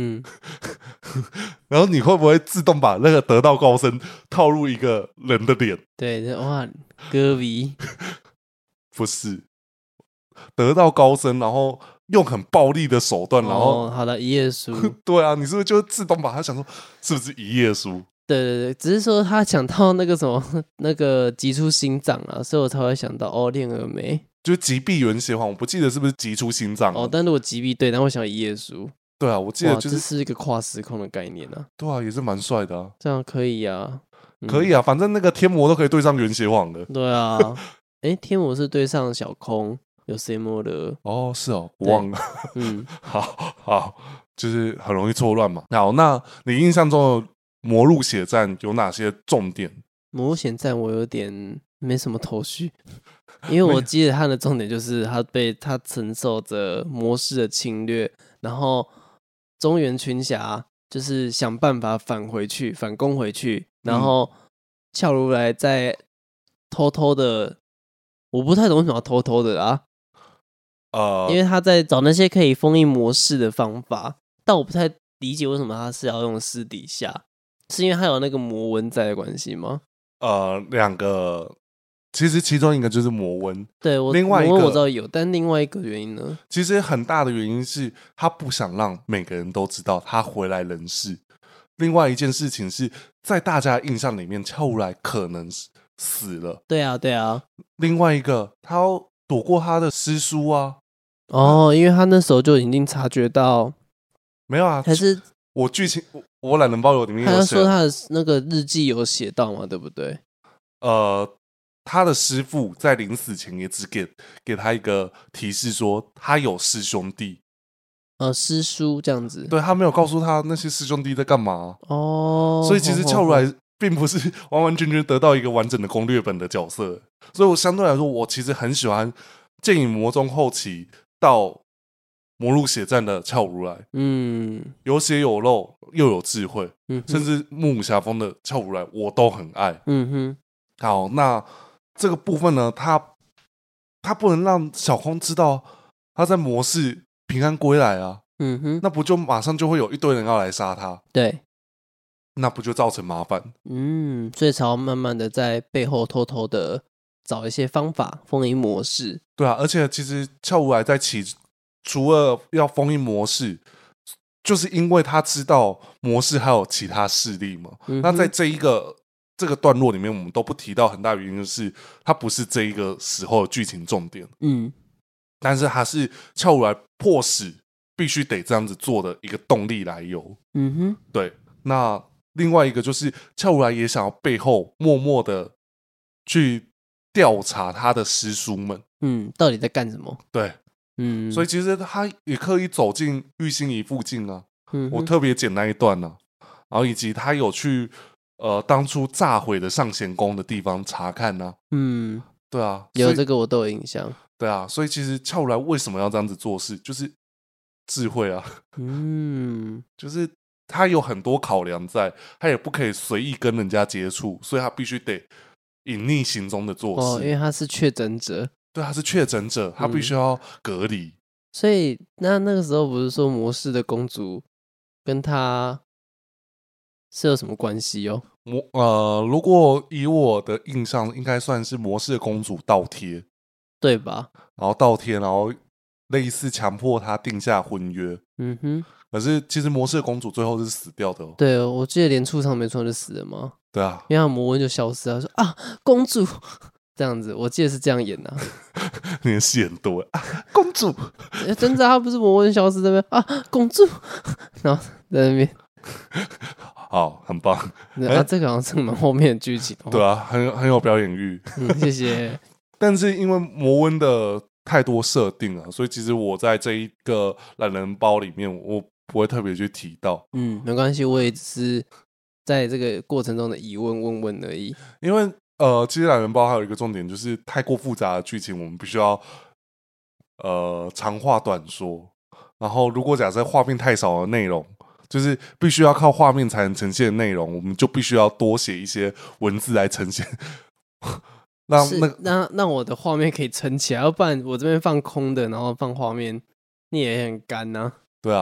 嗯， 然后你会不会自动把那个得道高僧套入一个人的脸？ 对，哇，歌迷不是得道高僧，然后用很暴力的手段，然后、 哦、好的一页书， 对啊，你是不是就自动把他想说是不是一页书？ 对对对，只是说他讲到那个什么那个击出心脏啊，所以我才会想到哦，恋峨眉就是击毙元邪皇，我不记得是不是击出心脏、啊、 哦，但如果击毙对，那我想一页书。 对啊，我记得就是这是一个跨时空的概念啊。 对啊，也是蛮帅的啊， 这样可以啊， 嗯、可以啊，反正那个天魔都可以对上元邪皇的。 对啊，哎，天魔是对上小空，有 C 魔的哦，是哦，我忘了。 嗯， 好好，就是很容易错乱嘛。好，那你印象中的魔入血战有哪些重点？ 魔入血战我有点没什么头绪。因为我记得他的重点就是他被他承受着魔氏的侵略，然后中原群侠就是想办法返回去，反攻回去，然后俏如来在偷偷的，我不太懂为什么要偷偷的啊，呃，因为他在找那些可以封印魔氏的方法，但我不太理解为什么他是要用私底下，是因为他有那个魔纹在的关系吗？ 呃，两个。其实其中一个就是魔温， 对，我另外一个我知道有，但另外一个原因呢？ 其实很大的原因是他不想让每个人都知道他回来人世。另外一件事情是在大家的印象里面，俏如来可能死了。 对啊，对啊。 另外一个，他要躲过他的师叔啊。 哦，因为他那时候就已经察觉到， 没有啊？ 还是我剧情我我懒人包有里面有写， 他说他的那个日记有写到嘛，对不对？ 呃。他的师父在临死前也只给给他一个提示，说他有师兄弟， 呃，师叔这样子。 对，他没有告诉他那些师兄弟在干嘛哦。 所以其实俏如来并不是完完全全得到一个完整的攻略本的角色。所以我相对来说，我其实很喜欢剑影魔宗后期到魔入血战的俏如来，嗯，有血有肉又有智慧，嗯，甚至木武侠风的俏如来我都很爱。嗯哼，好，那。这个部分呢，他他不能让小空知道他在魔世平安归来啊，嗯哼，那不就马上就会有一堆人要来杀他？对，那不就造成麻烦？ 嗯，所以才要慢慢的在背后偷偷的找一些方法封印魔世。 对啊，而且其实俏如来在起除了要封印魔世，就是因为他知道魔世还有其他势力嘛。嗯、那在这一个。这个段落里面，我们都不提到很大原因，就是它不是这一个时候的剧情重点。嗯，但是它是俏如来迫使必须得这样子做的一个动力来由。嗯哼，对。那另外一个就是俏如来也想要背后默默的去调查他的师叔们， 嗯，到底在干什么？ 对，嗯，所以其实他也刻意走进玉心仪附近啊。嗯，我特别剪那一段呢、啊，然后以及他有去。呃，当初炸毁的上贤宫的地方查看呢、啊？嗯，对啊， 有这个我都有印象。 对啊，所以其实俏如来为什么要这样子做事，就是智慧啊。嗯，就是他有很多考量在，他也不可以随意跟人家接触，所以他必须得隐匿行踪的做事。 哦，因为他是确诊者。 对，他是确诊者，他必须要隔离、嗯。 所以那那个时候不是说魔氏的公主跟他是有什么关系哦？ 魔呃，如果以我的印象，应该算是魔氏的公主倒贴， 对吧？ 然后倒贴，然后类似强迫她定下婚约。嗯哼。可是其实魔氏的公主最后是死掉的哦。 对，我记得连出场没出就死了吗？ 对啊， 因为他魔纹就消失了，说啊，公主这样子，我记得是这样演的、啊。 你的戏很多啊，公主， 欸、真的，他不是魔纹消失在那边啊，公主，然后在那边。 好，很棒。 啊，这个好像是蛮后面的剧情。 对啊，很很有表演欲。 嗯，谢谢。 但是因为魔温的太多设定了，所以其实我在这一个懒人包里面，我不会特别去提到。 嗯，没关系，我也只是在这个过程中的疑问问问而已。 因为呃，其实懒人包还有一个重点，就是太过复杂的剧情，我们必须要呃长话短说。然后，如果假设画面太少的内容，就是必须要靠画面才能呈现的内容，我们就必须要多写一些文字来呈现。让那那那我的画面可以撑起来，要不然我这边放空的，然后放画面，你也很干呐、啊。 对啊，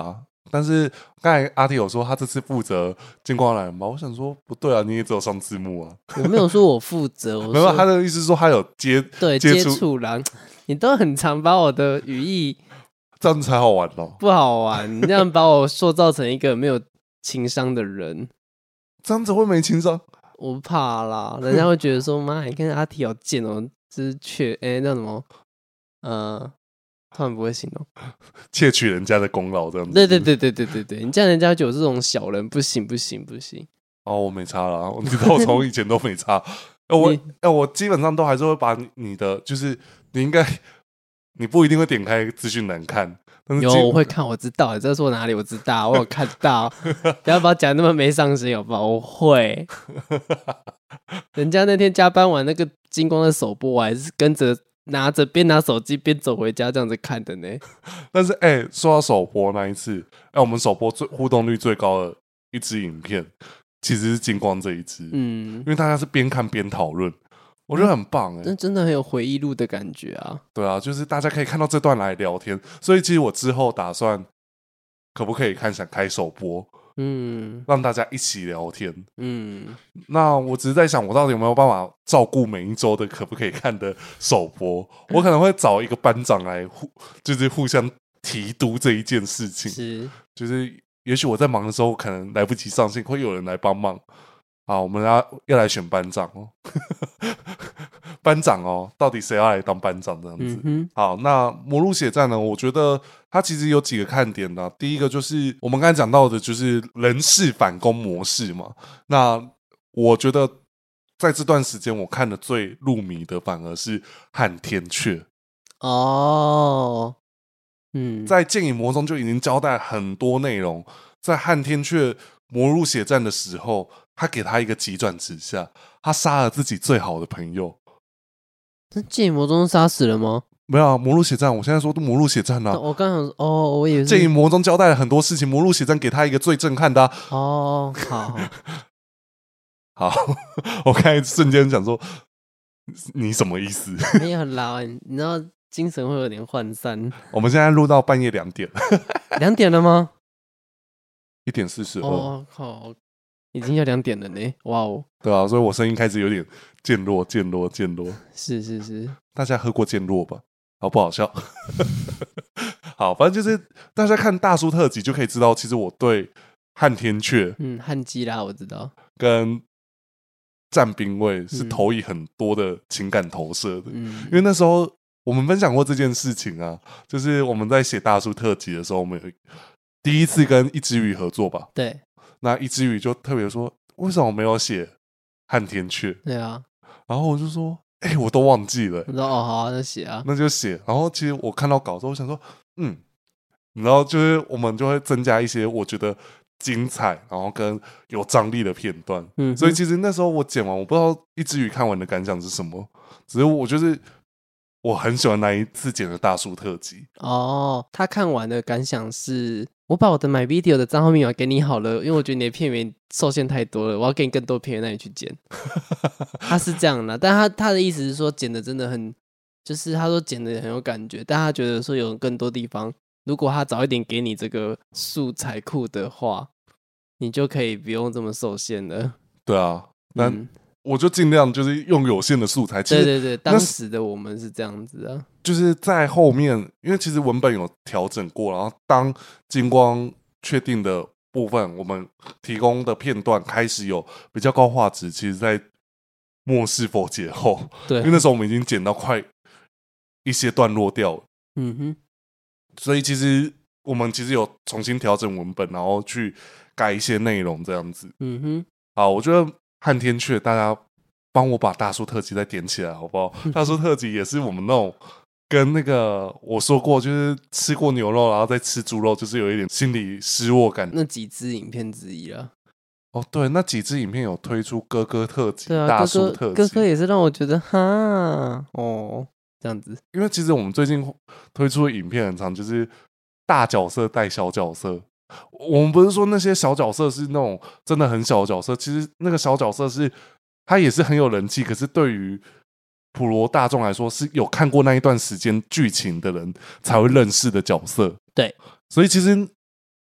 但是刚才阿 T 有说他这次负责金光来嘛，我想说不对啊，你也只有上字幕啊。 我没有说我负责， 没有，他的意思是说他有接对接触啦。你都很常把我的语义这样才好玩哦， 不好玩，你这样把我塑造成一个没有情商的人， 这样子会没情商？ 我不怕啦，人家会觉得说妈，你看阿 T 好贱哦，这是确哎那什么呃。突然不会形容， 窃取人家的功劳这样子。 对对对对对对对，你这样人家就有这种小人，不行不行不行。 哦，我没差啦，我知道我从以前都没差。哎、我哎、欸，我基本上都还是会把你的，就是你应该，你不一定会点开资讯栏看。 有我会看，我知道，这说哪里我知道，我有看到。不要把我讲那么没上心好不好？我会。人家那天加班完那个金光的首播，我还是跟着。拿着边拿手机边走回家这样子看的呢。 但是哎、欸，说到首播那一次，哎、欸，我们首播最互动率最高的一支影片，其实是金光这一支，嗯，因为大家是边看边讨论，我觉得很棒哎、欸， 那真的很有回忆录的感觉啊。 对啊，就是大家可以看到这段来聊天，所以其实我之后打算可不可以看想开首播。嗯，让大家一起聊天。嗯，那我只是在想，我到底有没有办法照顾每一周的可不可以看的首播？我可能会找一个班长来互，就是互相提督这一件事情。 是， 就是也许我在忙的时候，可能来不及上线，会有人来帮忙。好，我们要要来选班长哦，班长哦，到底谁要来当班长这样子？嗯、好，那魔鹿血战呢？我觉得它其实有几个看点呢、啊。第一个就是我们刚才讲到的，就是人事反攻模式嘛。那我觉得在这段时间，我看的最入迷的反而是汉天阙哦。嗯，在剑影魔中就已经交代很多内容，在汉天阙魔鹿血战的时候。他给他一个急转直下，他杀了自己最好的朋友。 那剑影魔中杀死了吗？ 没有啊，魔鹿血战，我现在说的魔鹿血战啊。 我刚想哦，我以为剑影魔中交代了很多事情，魔鹿血战给他一个最震撼的、啊。 哦，好好，我刚才瞬间想说，你什么意思？ 没有啦，你知道精神会有点涣散。 我们现在录到半夜两点， 两点了吗？ 一点四十二。 哦靠！已经要两点了呢，哇哦！ 对啊，所以我声音开始有点渐弱、渐弱、渐弱。 是是是， 大家喝过渐弱吧？好不好笑？好，反正就是大家看大叔特辑就可以知道，其实我对汉天阙， 嗯，汉基拉我知道， 跟战兵卫是投以很多的情感投射的。嗯，因为那时候我们分享过这件事情啊，就是我们在写大叔特辑的时候，我们有第一次跟一只鱼合作吧？ 对。 那一只鱼就特别说，为什么我没有写汉天阙？ 对啊， 然后我就说，哎、欸，我都忘记了、欸。 我说哦，好啊，那写啊， 那就写。然后其实我看到稿之后，我想说，嗯，然后就是我们就会增加一些我觉得精彩，然后跟有张力的片段。嗯，所以其实那时候我剪完，我不知道一只鱼看完的感想是什么，只是我就是我很喜欢那一次剪的大叔特辑。 哦，他看完的感想是。我把我的 MyVideo 的账号密码给你好了，因为我觉得你的片源受限太多了，我要给你更多片源让你去剪。他是这样的，但他他的意思是说剪的真的很，就是他说剪的很有感觉，但他觉得说有更多地方，如果他早一点给你这个素材库的话，你就可以不用这么受限了。 对啊，但、嗯、我就尽量就是用有限的素材。其实对对对，当时的我们是这样子啊。 就是在后面，因为其实文本有调整过，然后当金光确定的部分，我们提供的片段开始有比较高画质。其实，在末世佛节后， 对， 因为那时候我们已经剪到快一些段落掉了，嗯哼，所以其实我们其实有重新调整文本，然后去改一些内容，这样子，嗯哼。好，我觉得汉天阙，大家帮我把大叔特辑再点起来，好不好？大叔特辑也是我们那种。跟那个我说过，就是吃过牛肉，然后再吃猪肉，就是有一点心理失落感。 那几支影片之一啊。 哦，对，那几支影片有推出哥哥特辑、 啊、 大叔特辑， 哥哥也是让我觉得哈哦这样子。 因为其实我们最近推出的影片很长，就是大角色带小角色。我们不是说那些小角色是那种真的很小的角色，其实那个小角色是他也是很有人气，可是对于普罗大众来说，是有看过那一段时间剧情的人才会认识的角色。 对， 所以其实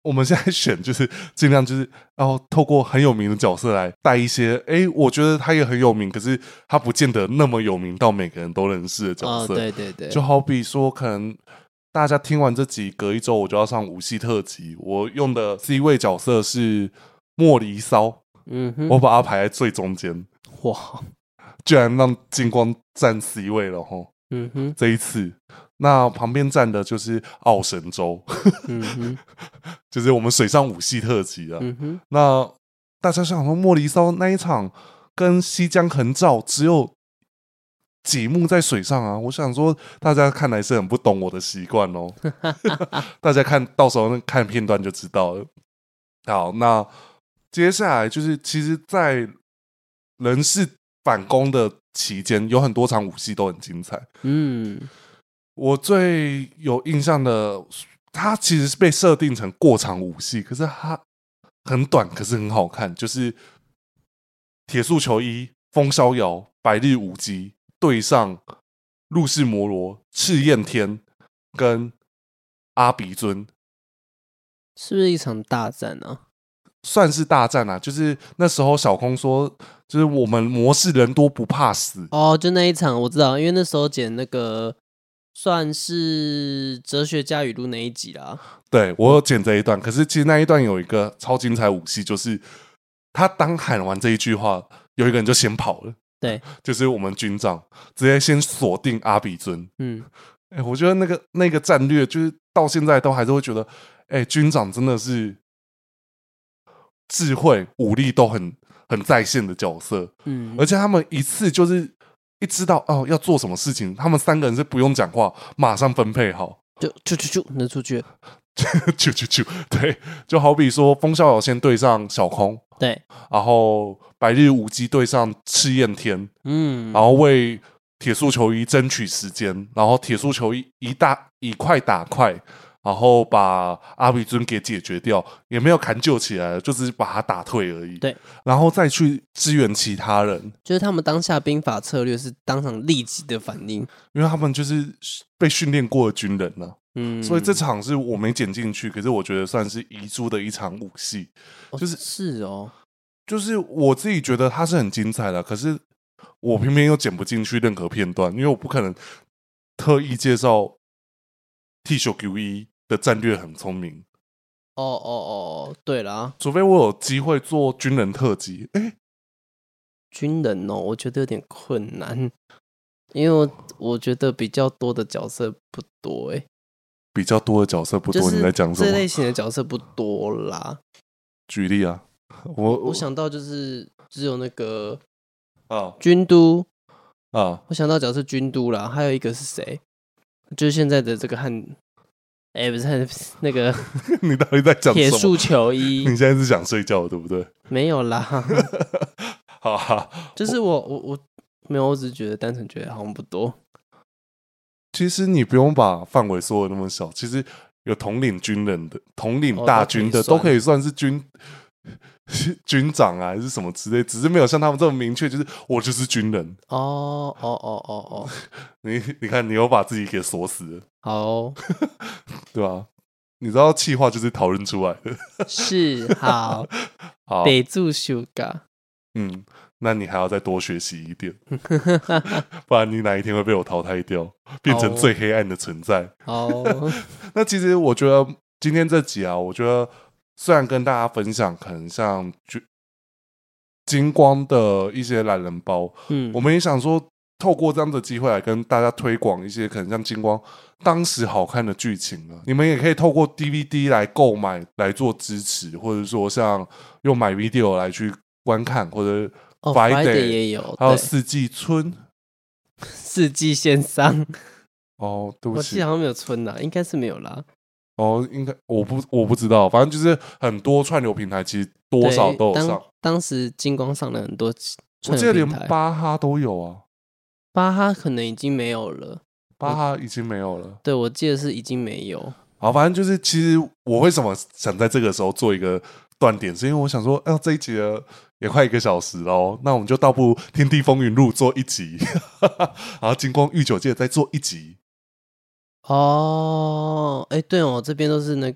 我们现在选就是尽量就是要透过很有名的角色来带一些，哎，我觉得他也很有名，可是他不见得那么有名到每个人都认识的角色。 哦，对对对， 就好比说，可能大家听完这集，隔一周我就要上武系特辑，我用的 C 位角色是莫离骚，嗯哼，我把它排在最中间。哇，居然让金光占 C 位了齁。嗯哼，这一次，那旁边站的就是奥神州，嗯哼，就是我们水上武系特辑啊。嗯哼，那大家想说莫离骚那一场跟西江横照只有几幕在水上啊，我想说大家看来是很不懂我的习惯哦。大家看到时候看片段就知道了。好，那接下来就是其实在人事反攻的期间有很多场武戏都很精彩。嗯，我最有印象的，它其实是被设定成过场武戏，可是它很短，可是很好看，就是铁树球衣、风逍遥、白日舞姬对上陆氏摩罗、赤焰天跟阿鼻尊， 是不是一场大战啊？ 算是大战啊，就是那时候小空说，就是我们模式人多不怕死哦，就那一场我知道，因为那时候剪那个算是哲学家语录那一集啦。 对，我有剪这一段，可是其实那一段有一个超精彩武戏，就是他当喊完这一句话，有一个人就先跑了， 对， 就是我们军长直接先锁定阿比尊。嗯，哎、欸，我觉得那个那个战略，就是到现在都还是会觉得，哎、欸，军长真的是智慧武力都很很在线的角色。嗯，而且他们一次就是一知道哦要做什么事情，他们三个人是不用讲话，马上分配好， 就就就就能出去， 就就就对，就好比说风逍遥先对上小空， 对， 然后白日舞姬对上赤焰天，嗯，然后为铁树球衣争取时间，然后铁树球衣一大以快打快，然后把阿比尊给解决掉，也没有砍救起来，就是把他打退而已。 对， 然后再去支援其他人， 就是他们当下兵法策略是当场立即的反应， 因为他们就是被训练过的军人呢、啊。嗯，所以这场是我没剪进去，可是我觉得算是遗珠的一场武戏， 哦、 就是是哦， 就是我自己觉得它是很精彩的，可是我偏偏又剪不进去任何片段，因为我不可能特意介绍 T 九 Q 一的战略很聪明。 哦哦哦，对啦， 除非我有机会做军人特辑。哎、欸， 军人哦，我觉得有点困难，因为我我觉得比较多的角色不多哎、欸。 比较多的角色不多，就是、你在讲什么？ 这类型的角色不多啦。 举例啊，我我想到就是只有那个啊军都啊， 我想到角色军都啦，还有一个是谁？就是现在的这个汉，哎、欸，不是那个， 你到底在讲什么？ 铁树球衣？ 你现在是想睡觉对不对？ 没有啦， 好哈， 就是我我我没有，我只是觉得单纯觉得好像不多。 其实你不用把范围缩的那么小，其实有统领军人的、统领大军的，哦、都可以算是军军长啊，还是什么之类，只是没有像他们这么明确，就是我就是军人。 哦哦哦哦哦， 你你看，你又把自己给锁死了， 好、哦， 对吧、啊？你知道企划就是讨论出来的， 是好， 好， 北柱修嘎， 嗯。那你还要再多学习一点，不然你哪一天会被我淘汰掉，变成最黑暗的存在。 哦， 那其实我觉得今天这集啊，我觉得虽然跟大家分享可能像金光的一些懒人包，嗯，我们也想说透过这样的机会来跟大家推广一些可能像金光当时好看的剧情啊，你们也可以透过 D V D 来购买来做支持，或者说像用买 video 来去观看，或者。 哦 Friday 也有， 还有四季春， 四季线上。 哦，对不起， 我记得好像没有春啦，应该是没有啦。 哦，应该我不我不知道，反正就是很多串流平台其实多少都有上。 当, 当时金光上了很多串流平台， 我记得连巴哈都有啊。 巴哈可能已经没有了， 巴哈已经没有了。 对，我记得是已经没有。 好，反正就是其实我为什么想在这个时候做一个断点，是因为我想说，哎、呃，这一集的。也快一个小时喽，那我们就倒不如《天地风云录》做一集，然后《金光御九界》再做一集。 哦，哎，对哦，这边都是那个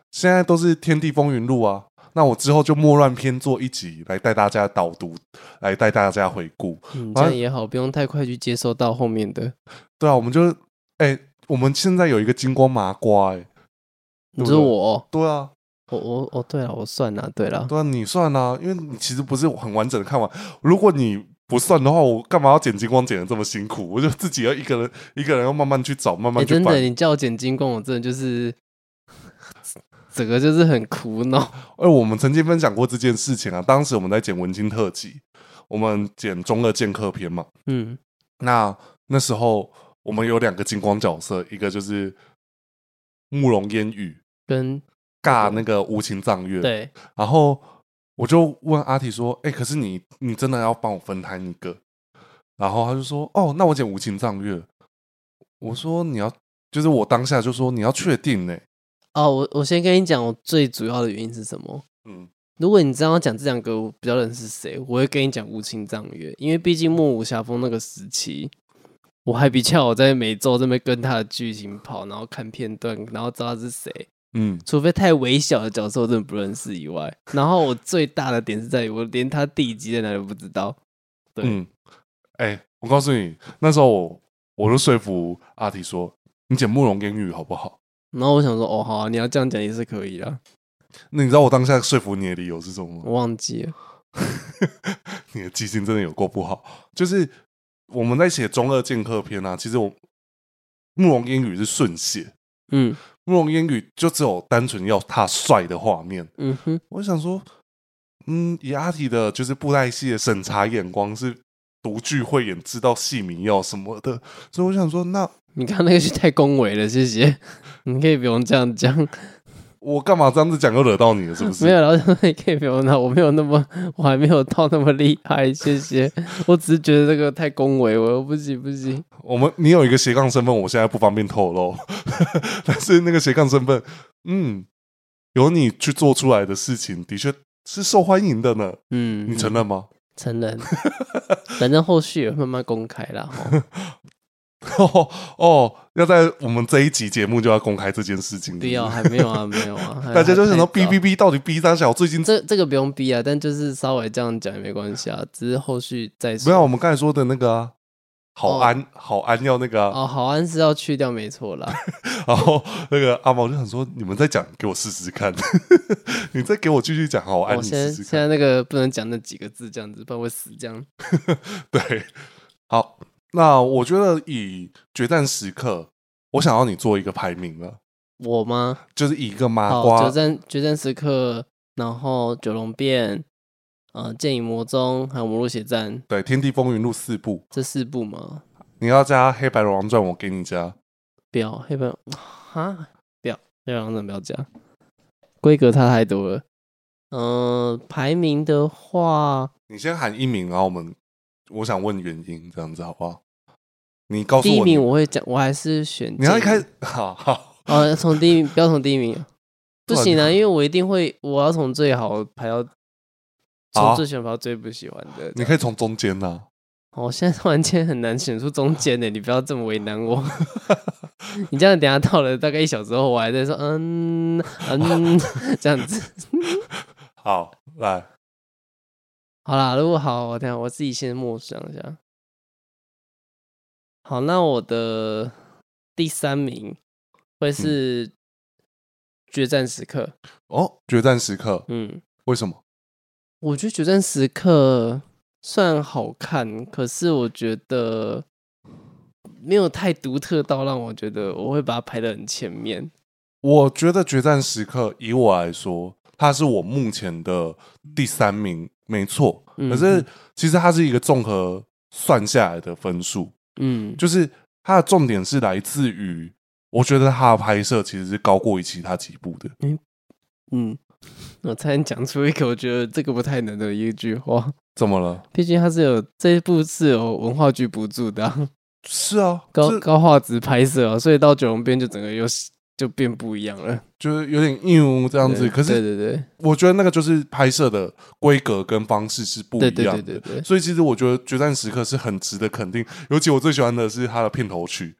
现在都是天地风云录啊，那我之后就莫乱篇做一集来带大家导读，来带大家回顾。 嗯，这样也好，不用太快去接受到后面的。 对啊，我们就哎、欸，我们现在有一个金光麻瓜哎、欸， 你说我？ 对啊， 我我哦，对了，我算了，对了， 对啊，你算啊，因为你其实不是很完整的看完。如果你不算的话，我干嘛要剪金光剪的这么辛苦？我就自己要一个人一个人要慢慢去找，慢慢去翻。 欸、真的，你叫我剪金光，我真的就是整个就是很苦恼。 哎，我们曾经分享过这件事情啊，当时我们在剪文青特辑，我们剪中二剑客篇嘛。嗯，那那时候我们有两个金光角色，一个就是慕容烟雨跟尬那个无情藏月。 对， 然后我就问阿提说：“哎、欸，可是你你真的要帮我分摊一个？”然后他就说：“哦，那我剪无情藏月。”我说：“你要，就是我当下就说你要确定呢、欸。” 哦，我我先跟你讲，我最主要的原因是什么？嗯，如果你这样讲这两个我比较认识谁，我会跟你讲无情藏月，因为毕竟末武侠风那个时期，我还比较我在每周这边跟他的剧情跑，然后看片段，然后知道他是谁。嗯，除非太微小的角色我真的不认识以外，然后我最大的点是在于我连他第几集在哪里都不知道。对，嗯， 哎、欸，我告诉你，那时候我我就说服阿提说，你剪慕容烟雨好不好？ 然后我想说，哦，好啊，你要这样讲也是可以的。 那你知道我当下说服你的理由是什么吗？ 我忘记了。 你的记性真的有够不好。就是我们在写中二剑客篇啊，其实我慕容烟雨是顺写，嗯，慕容烟雨就只有单纯要他帅的画面。嗯哼，我想说，嗯，以阿提的就是布袋戏的审查眼光是独具慧眼，知道戏迷要什么的，所以我想说，那你刚刚那个是太恭维了，谢谢。你可以不用这样讲。 我干嘛这样子讲又惹到你了？是不是？ 没有，然后你可以不用那，我没有那么，我还没有到那么厉害，谢谢。我只是觉得这个太恭维，我不行不行。 我们你有一个斜杠身份，我现在不方便透露，但是那个斜杠身份，嗯，由你去做出来的事情，的确是受欢迎的呢。嗯，你承认吗？ 承认。反正后续也慢慢公开啦。 哦哦，要在我们这一集节目就要公开这件事情。 不要，还没有啊，没有啊。 大家就想说，哔哔哔，到底哔三小？最近这这个不用逼啊，但就是稍微这样讲也没关系啊，只是后续再说。 没有，我们刚才说的那个啊，好安、哦、好安要那个、啊、 哦，好安是要去掉，没错啦。 然后那个阿毛就想说，你们再讲，给我试试看。你再给我继续讲好安， 我你试试看。 现在那个不能讲那几个字，这样子不然会死。这样对，好。那我觉得以决战时刻，我想要你做一个排名了。 我吗？ 就是以一个麻瓜决战决战时刻，然后九龙变，呃，剑影魔宗，还有魔鹿血战。 对，天地风云录四部， 这四部吗？ 你要加黑白龙王传，我给你加。 不要黑白啊！不要黑白龙王传，不要加，规格差太多了。嗯、呃，排名的话， 你先喊一名，然后我们。我想问原因，这样子好不好？你告诉我， 第一名我会讲，我还是选。 你要一开始好好哦，从第一名不要从第一名，不行啊，因为我一定会，我要从最好排到从最喜欢排到最不喜欢的。 你可以从中间呐、 啊。我、哦、现在突然间很难选出中间的，你不要这么为难我。你这样等一下到了大概一小时后，我还在说嗯嗯这样子。 好，来。 好啦，如果好，我等一下我自己先默想一下。好，那我的第三名会是决战时刻。 嗯、哦，决战时刻，嗯，为什么？ 我觉得决战时刻虽然好看，可是我觉得没有太独特到让我觉得我会把它排得很前面。 我觉得决战时刻以我来说，它是我目前的第三名。没错，可是其实它是一个综合算下来的分数，嗯，就是它的重点是来自于，我觉得它的拍摄其实是高过于其他几部的， 嗯嗯，我才能讲出一个我觉得这个不太能的一句话。 怎么了？ 毕竟它是有这一部是有文化局补助的、啊， 是啊， 高高画质拍摄啊，所以到九龙边就整个又就变不一样了。 就是有点硬这样子，可是对对对， 我觉得那个就是拍摄的规格跟方式是不一样的， 对对对对对， 所以其实我觉得《决战时刻》是很值得肯定，尤其我最喜欢的是它的片头曲，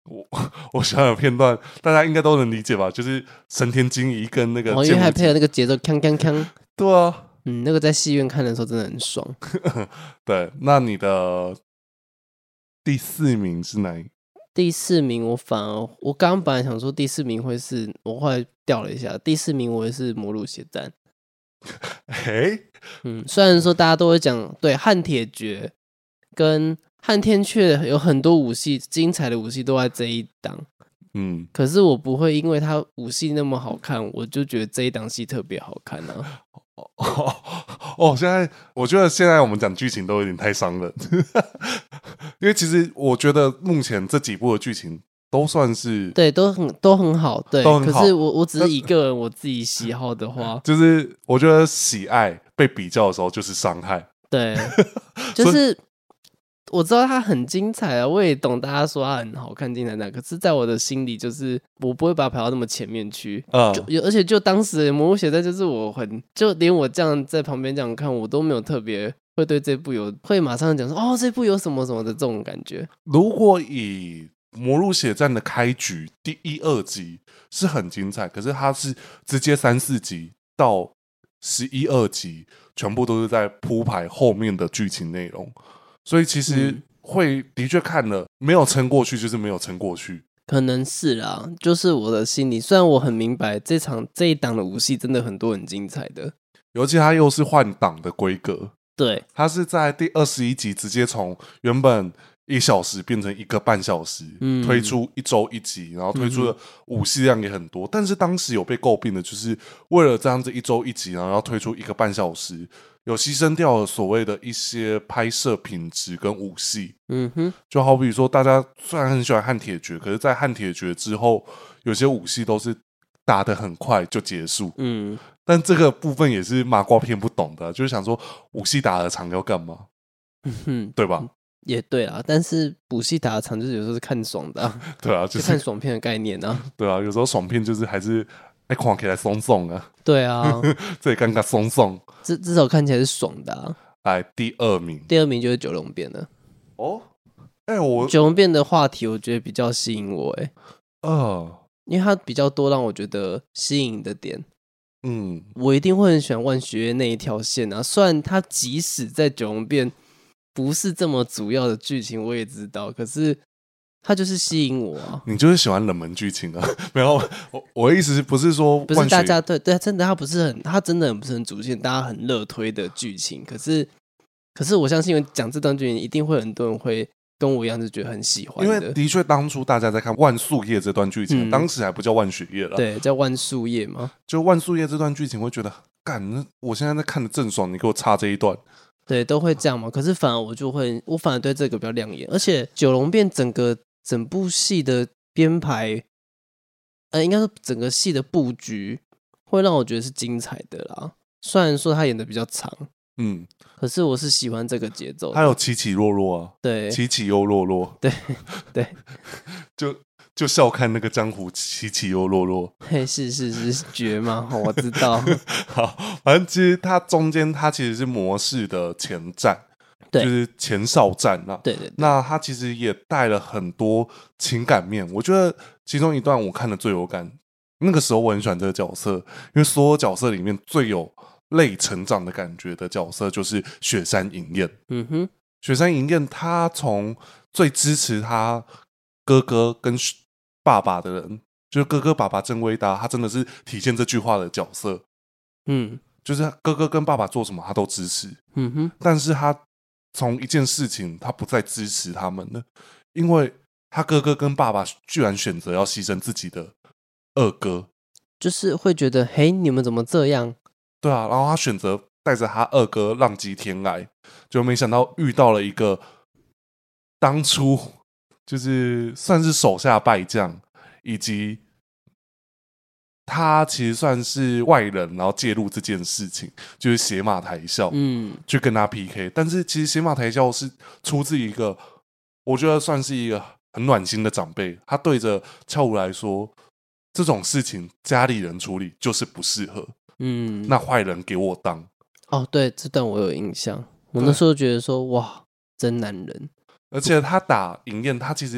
我我想有片段，大家应该都能理解吧？就是神田晶怡跟那个， 哦，因为还配合那个节奏，锵锵锵。 对啊， 嗯，那个在戏院看的时候真的很爽。 对，那你的第四名是哪一个？ 第四名我反而，我刚刚本来想说第四名会是，我后来调了一下，第四名我也是魔鹿血战。 嘿， 嗯，虽然说大家都会讲，对汉铁绝跟汉天阙有很多武戏，精彩的武戏都在这一档。嗯，可是我不会因为他武戏那么好看，我就觉得这一档戏特别好看啊。 哦, 哦，现在我觉得现在我们讲剧情都有点太伤人，因为其实我觉得目前这几部的剧情都算是对，都很都很好，对， 都很好。 可是我我只是一个人我自己喜好的话， 就是我觉得喜爱被比较的时候就是伤害， 对，就是我知道它很精彩啊，我也懂大家说它很好看、精彩那，可是在我的心里，就是我不会把它排到那么前面去。嗯，就而且就当时的《魔鹿血战》，就是我很就连我这样在旁边这样看，我都没有特别会对这部有会马上讲说哦，这部有什么什么的这种感觉。 如果以《魔鹿血战》的开局第一、二集是很精彩，可是它是直接三四集到十一二集，全部都是在铺排后面的剧情内容。所以其实会的确看了没有撑过去，就是没有撑过去， 可能是啦。就是我的心里，虽然我很明白这场这一档的武戏真的很多很精彩的， 尤其它又是换档的规格， 对， 它是在第二十一集直接从原本一小时变成一个半小时，嗯、推出一周一集，然后推出的武戏量也很多。嗯、但是当时有被诟病的就是为了这样子一周一集，然后要推出一个半小时。有牺牲掉了所谓的一些拍摄品质跟武戏，嗯哼，就好比说，大家虽然很喜欢汉铁绝，可是，在汉铁绝之后，有些武戏都是打得很快就结束，嗯，但这个部分也是麻瓜片不懂的，就是想说武戏打得长要干嘛，嗯哼，对吧？ 也对啊，但是武戏打得长就是有时候是看爽的、啊， 对啊，就是就看爽片的概念啊， 对啊，有时候爽片就是还是。哎，看起来松松啊！ 对啊， 这里刚刚松松， 至至少看起来是爽的啊。 来，第二名， 第二名就是九龙变了。 哦，哎、欸，我九龙变的话题，我觉得比较吸引我、欸，哎， 呃， 因为它比较多让我觉得吸引的点。嗯，我一定会很喜欢万学院那一条线啊。虽然它即使在九龙变不是这么主要的剧情，我也知道，可是。他就是吸引我啊！ 你就是喜欢冷门剧情啊？没有，我我的意思不是说不是大家对对，真的他不是很，他真的很不是很主线，大家很热推的剧情。可是，可是我相信讲这段剧情，一定会很多人会跟我一样，就觉得很喜欢。 因为的确，当初大家在看万树叶这段剧情，嗯、当时还不叫万雪叶了， 对，叫万树叶嘛。 就万树叶这段剧情，会觉得干，我现在在看的正爽，你给我插这一段。 对，都会这样嘛。可是反而我就会，我反而对这个比较亮眼，而且九龙变整个。整部戏的编排，呃，应该说整个戏的布局会让我觉得是精彩的啦。虽然说他演的比较长，嗯，可是我是喜欢这个节奏的。 他有起起落落啊， 对， 起起又落落， 对对， 就就笑看那个江湖起起又落落。 嘿，是是是绝吗？我知道。 好，反正其实它中间它其实是模式的前站。就是前哨战啊， 对 对, 对， 那他其实也带了很多情感面。我觉得其中一段我看的最有感，那个时候我很喜欢这个角色，因为所有角色里面最有类成长的感觉的角色就是雪山银彦。嗯哼，雪山银彦他从最支持他哥哥跟爸爸的人，就是哥哥爸爸真威达，他真的是体现这句话的角色。嗯，就是哥哥跟爸爸做什么他都支持。嗯哼，但是他从一件事情，他不再支持他们了，因为他哥哥跟爸爸居然选择要牺牲自己的二哥， 就是会觉得，嘿，你们怎么这样？ 对啊，然后他选择带着他二哥浪迹天涯，就没想到遇到了一个当初就是算是手下败将，以及他其实算是外人，然后介入这件事情，就是血马台校，嗯，去跟他 P K。但是其实血马台校是出自一个，我觉得算是一个很暖心的长辈，他对着俏武来说，这种事情家里人处理就是不适合，嗯，那坏人给我当。 哦，对，这段我有印象，我那时候觉得说，哇，真男人。 而且他打银彦，他其实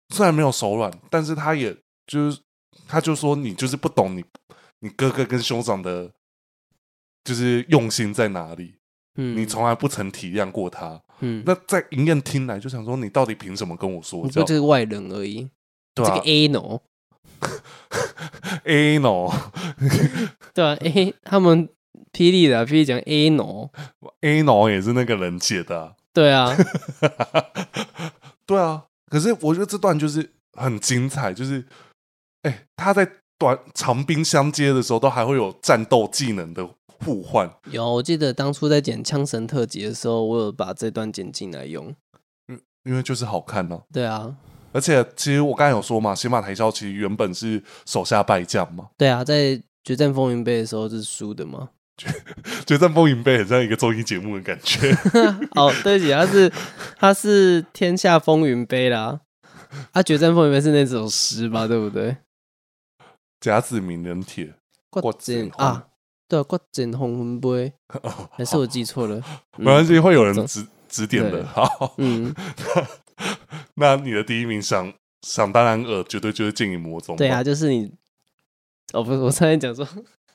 虽然没有手软，但是他也就是他就说你就是不懂你你哥哥跟兄长的，就是用心在哪里，嗯，你从来不曾体谅过他，嗯，那在营宴听来就想说你到底凭什么跟我说？ 你不就是外人而已， 对啊， 这个 A no A no， 对啊 ，A 他们霹雳的、啊、霹雳讲 A no A no 也是那个人写的、啊， 对啊， 对啊。可是我觉得这段就是很精彩，就是，哎、欸，他在短长兵相接的时候，都还会有战斗技能的互换。 有，我记得当初在剪枪神特辑的时候，我有把这段剪进来用， 嗯，因为就是好看呢、啊。 对啊。 而且，其实我刚才有说嘛，血马台销其实原本是手下败将嘛。 对啊，在决战风云杯的时候是输的嘛。 决战风云杯很像一个综艺节目的感觉。 哦，对不起，它是它是天下风云杯啦。啊，决战风云杯是那首诗吧，对不对？ 甲子鸣人帖， 国战啊，对，国战风云杯，还是我记错了？ 没关系，会有人指指点的。好，嗯。那你的第一名想想当然尔，绝对就是剑影魔宗。 对啊，就是你。哦，不是，我刚才讲说，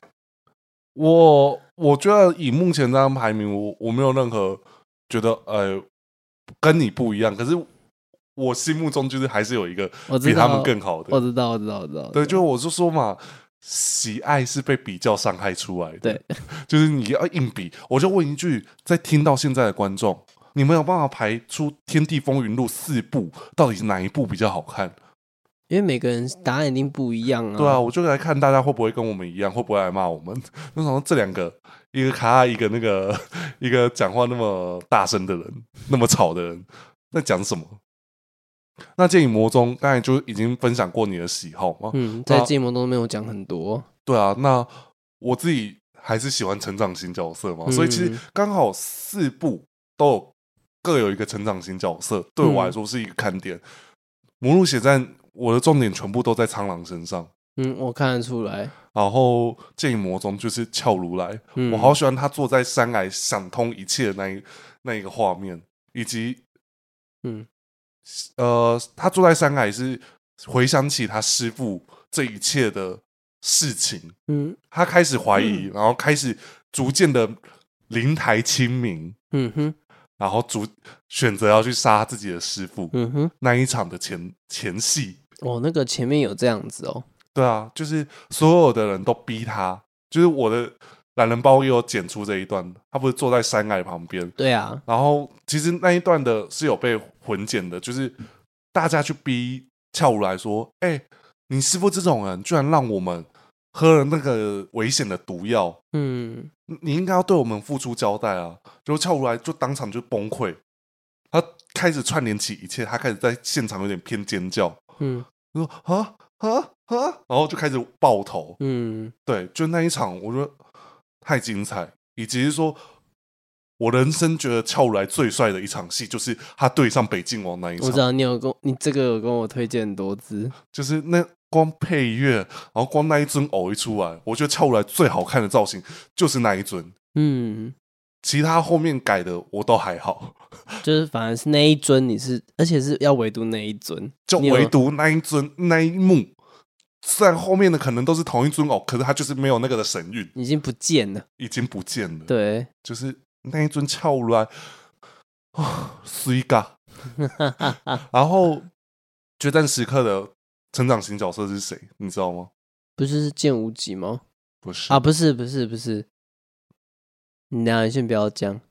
我我觉得以目前这样排名，我我没有任何觉得呃跟你不一样，可是我心目中就是还是有一个比他们更好的。 我知道，我知道，我知道。 对，就我就说嘛，喜爱是被比较伤害出来的。 对， 就是你要硬比，我就问一句，在听到现在的观众。你们有办法排出《天地风云录》四部，到底是哪一部比较好看？ 因为每个人答案一定不一样啊。 对啊，我就来看大家会不会跟我们一样，会不会来骂我们？那时候这两个，一个卡，一个那个，一个讲话那么大声的人，那么吵的人，在讲什么？那剑影魔宗刚才就已经分享过你的喜好嘛？ 嗯，在剑影魔宗没有讲很多。 对啊，那我自己还是喜欢成长型角色嘛，嗯、所以其实刚好四部都有。各有一个成长型角色，对我来说是一个看点。魔鹿血战，我的重点全部都在苍狼身上。 嗯，我看得出来。 然后剑影魔宗就是俏如来、嗯，我好喜欢他坐在山崖想通一切的那一那一个画面，以及嗯呃，他坐在山崖是回想起他师父这一切的事情。嗯，他开始怀疑、嗯，然后开始逐渐的灵台清明。嗯哼。然后主选择要去杀自己的师父，嗯哼，那一场的前前戏， 哦，那个前面有这样子哦， 对啊，就是所有的人都逼他，就是我的懒人包也有剪出这一段，他不是坐在山崖旁边， 对啊， 然后其实那一段的是有被混剪的，就是大家去逼俏如来说，哎、欸，你师父这种人居然让我们喝了那个危险的毒药，嗯，你应该要对我们付出交代啊！结果俏如来就当场就崩溃，他开始串联起一切，他开始在现场有点偏尖叫，嗯，说啊啊啊，然后就开始爆头，嗯，对，就那一场我觉得太精彩，以及是说我人生觉得俏如来最帅的一场戏，就是他对上北境王那一场。 我知道你有跟你这个有跟我推荐很多次， 就是那。光配乐，然后光那一尊偶一出来，我觉得俏如来最好看的造型就是那一尊。嗯，其他后面改的我都还好， 就是反而是那一尊你是，而且是要唯独那一尊， 就唯独那一尊那一幕。虽然后面的可能都是同一尊偶，可是他就是没有那个的神韵， 已经不见了， 已经不见了。 对， 就是那一尊俏如来，啊，衰嘎。然后决战时刻的。成长型角色是谁？你知道吗？ 不是是剑无极吗？ 不是啊，不是，不是，不是。你俩你先不要讲。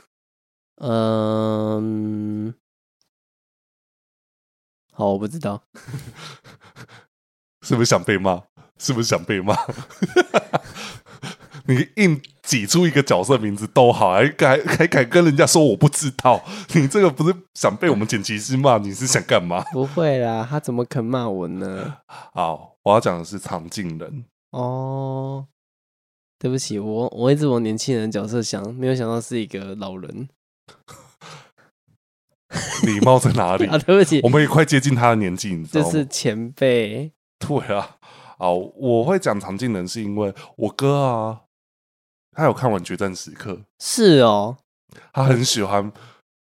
嗯，好，我不知道。 是不是想被骂？是不是想被骂？你硬挤出一个角色名字都好，还还还敢跟人家说我不知道？你这个不是想被我们剪辑师骂？你是想干嘛？ 不会啦，他怎么肯骂我呢？ 好，我要讲的是常静人。 哦，对不起，我我一直往年轻人角色想，没有想到是一个老人。 礼貌在哪里啊？对不起， 我们也快接近他的年纪，你知道吗？ 就是前辈。 对啊，好，我会讲常静人是因为我哥啊。他有看完《决战时刻》， 是哦， 他很喜欢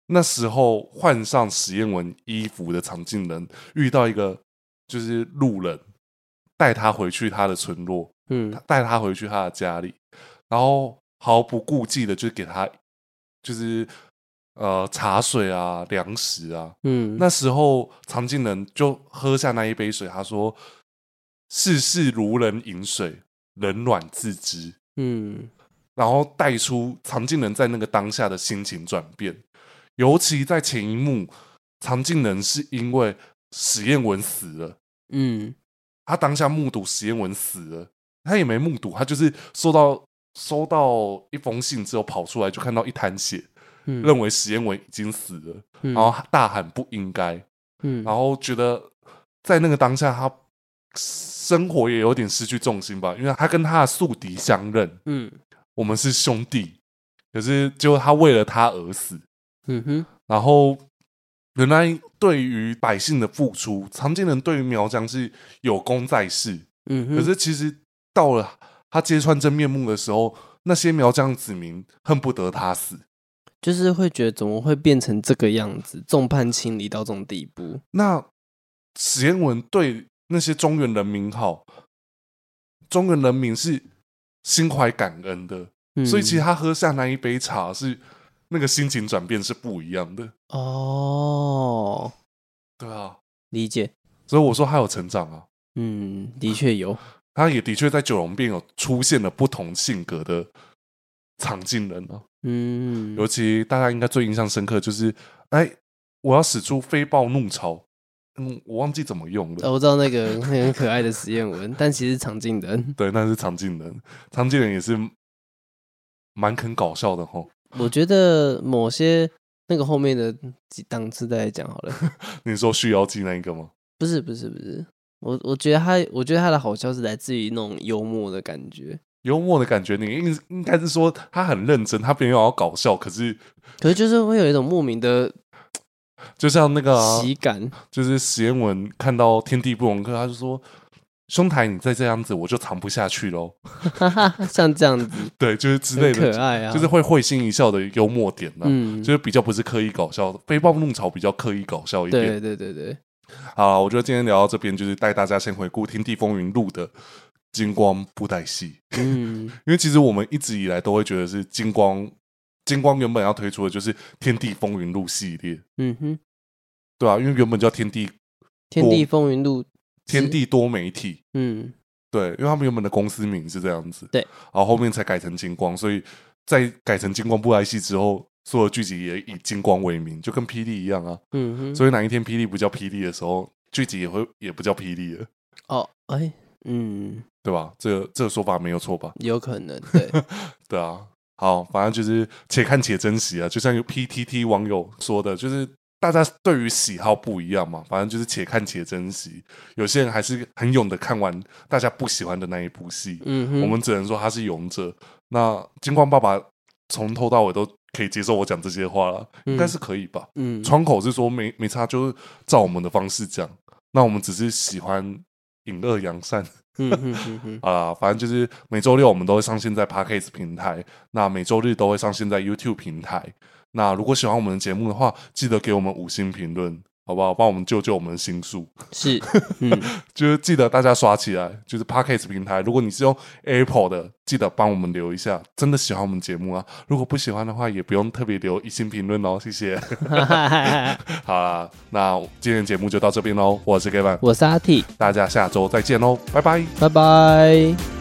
那时候换上史艳文衣服的常静人遇到一个就是路人，带他回去他的村落，嗯，带他回去他的家里，然后毫不顾忌的就给他就是呃茶水啊、粮食啊，嗯，那时候常静人就喝下那一杯水，他说：“世事如人饮水，冷暖自知。”嗯，然后带出常静人在那个当下的心情转变。尤其在前一幕，常静人是因为史艳文死了，嗯，他当下目睹史艳文死了，他也没目睹，他就是收到收到一封信之后跑出来就看到一滩血，嗯，认为史艳文已经死了，嗯，然后大喊不应该，嗯，然后觉得在那个当下他生活也有点失去重心吧，因为他跟他的宿敌相认，嗯，我们是兄弟，可是结果他为了他而死。嗯哼，然后原来对于百姓的付出，常静人对于苗疆是有功在世。嗯哼，可是其实到了他揭穿真面目的时候，那些苗疆子民恨不得他死， 就是会觉得怎么会变成这个样子，众叛亲离到这种地步。 那史艳文对那些中原人民好，中原人民是心怀感恩的，嗯，所以其实他喝下那一杯茶是。那个心情转变是不一样的哦，对啊， 理解。 所以我说他有成长啊， 嗯，的确有， 他也的确在九龙变有出现了不同性格的常静人啊，嗯，尤其大家应该最印象深刻就是，哎，我要使出飞豹怒潮，嗯，我忘记怎么用了， 哦，我知道那个很可爱的实验文，但其实常静人， 对，那是常静人，常静人也是蛮肯搞笑的吼。 我觉得某些那个后面的几档次再来讲好了。 你说续妖记那一个吗？ 不是不是不是，我我觉得他，我觉得他的好笑是来自于那种幽默的感觉。 幽默的感觉，你应应该是说他很认真，他没有要搞笑，可是可是就是会有一种莫名的， 就像那个、 啊、喜感， 就是史艳文看到天地不容客，他就说。兄台，你再这样子，我就藏不下去喽。 像这样子， 对，就是之类的， 可爱啊， 就是会会心一笑的幽默点啦、啊。嗯，就是比较不是刻意搞笑，飞豹怒潮比较刻意搞笑一点。 对对对对。 好，我觉得今天聊到这边，就是带大家先回顾《天地风云录》的金光布袋戏。嗯，因为其实我们一直以来都会觉得是金光，金光原本要推出的就是《天地风云录》系列。嗯哼，对啊，因为原本叫天地天地风云录。 天地多媒体，嗯，对，因为他们原本的公司名是这样子， 对， 然后后面才改成金光，所以在改成金光布袋戏之后，所有剧集也以金光为名，就跟霹雳一样啊，嗯哼，所以哪一天霹雳不叫霹雳的时候，剧集也会也不叫霹雳了。 哦，哎，嗯， 对吧？这个这个说法没有错吧？ 有可能，对， 对啊，好，反正就是且看且珍惜啊，就像有 P T T 网友说的，就是。大家对于喜好不一样嘛，反正就是且看且珍惜。有些人还是很勇的看完大家不喜欢的那一部戏，嗯，我们只能说他是勇者。那金光爸爸从头到尾都可以接受我讲这些话了，嗯，应该是可以吧？嗯，窗口是说没没差，就是照我们的方式讲。那我们只是喜欢隐恶扬善。嗯哼哼哼啊，反正就是每周六我们都会上线在 Podcast 平台，那每周日都会上线在 YouTube 平台。那如果喜欢我们的节目的话，记得给我们五星评论，好不好？帮我们救救我们的心数。 是，嗯， 就是记得大家刷起来，就是 Podcast 平台。如果你是用 Apple 的，记得帮我们留一下，真的喜欢我们节目啊。如果不喜欢的话，也不用特别留一星评论哦，谢谢。好啦，那今天的节目就到这边喽。我是 Kevin， 我是阿 T， 大家下周再见喽，拜拜， 拜拜。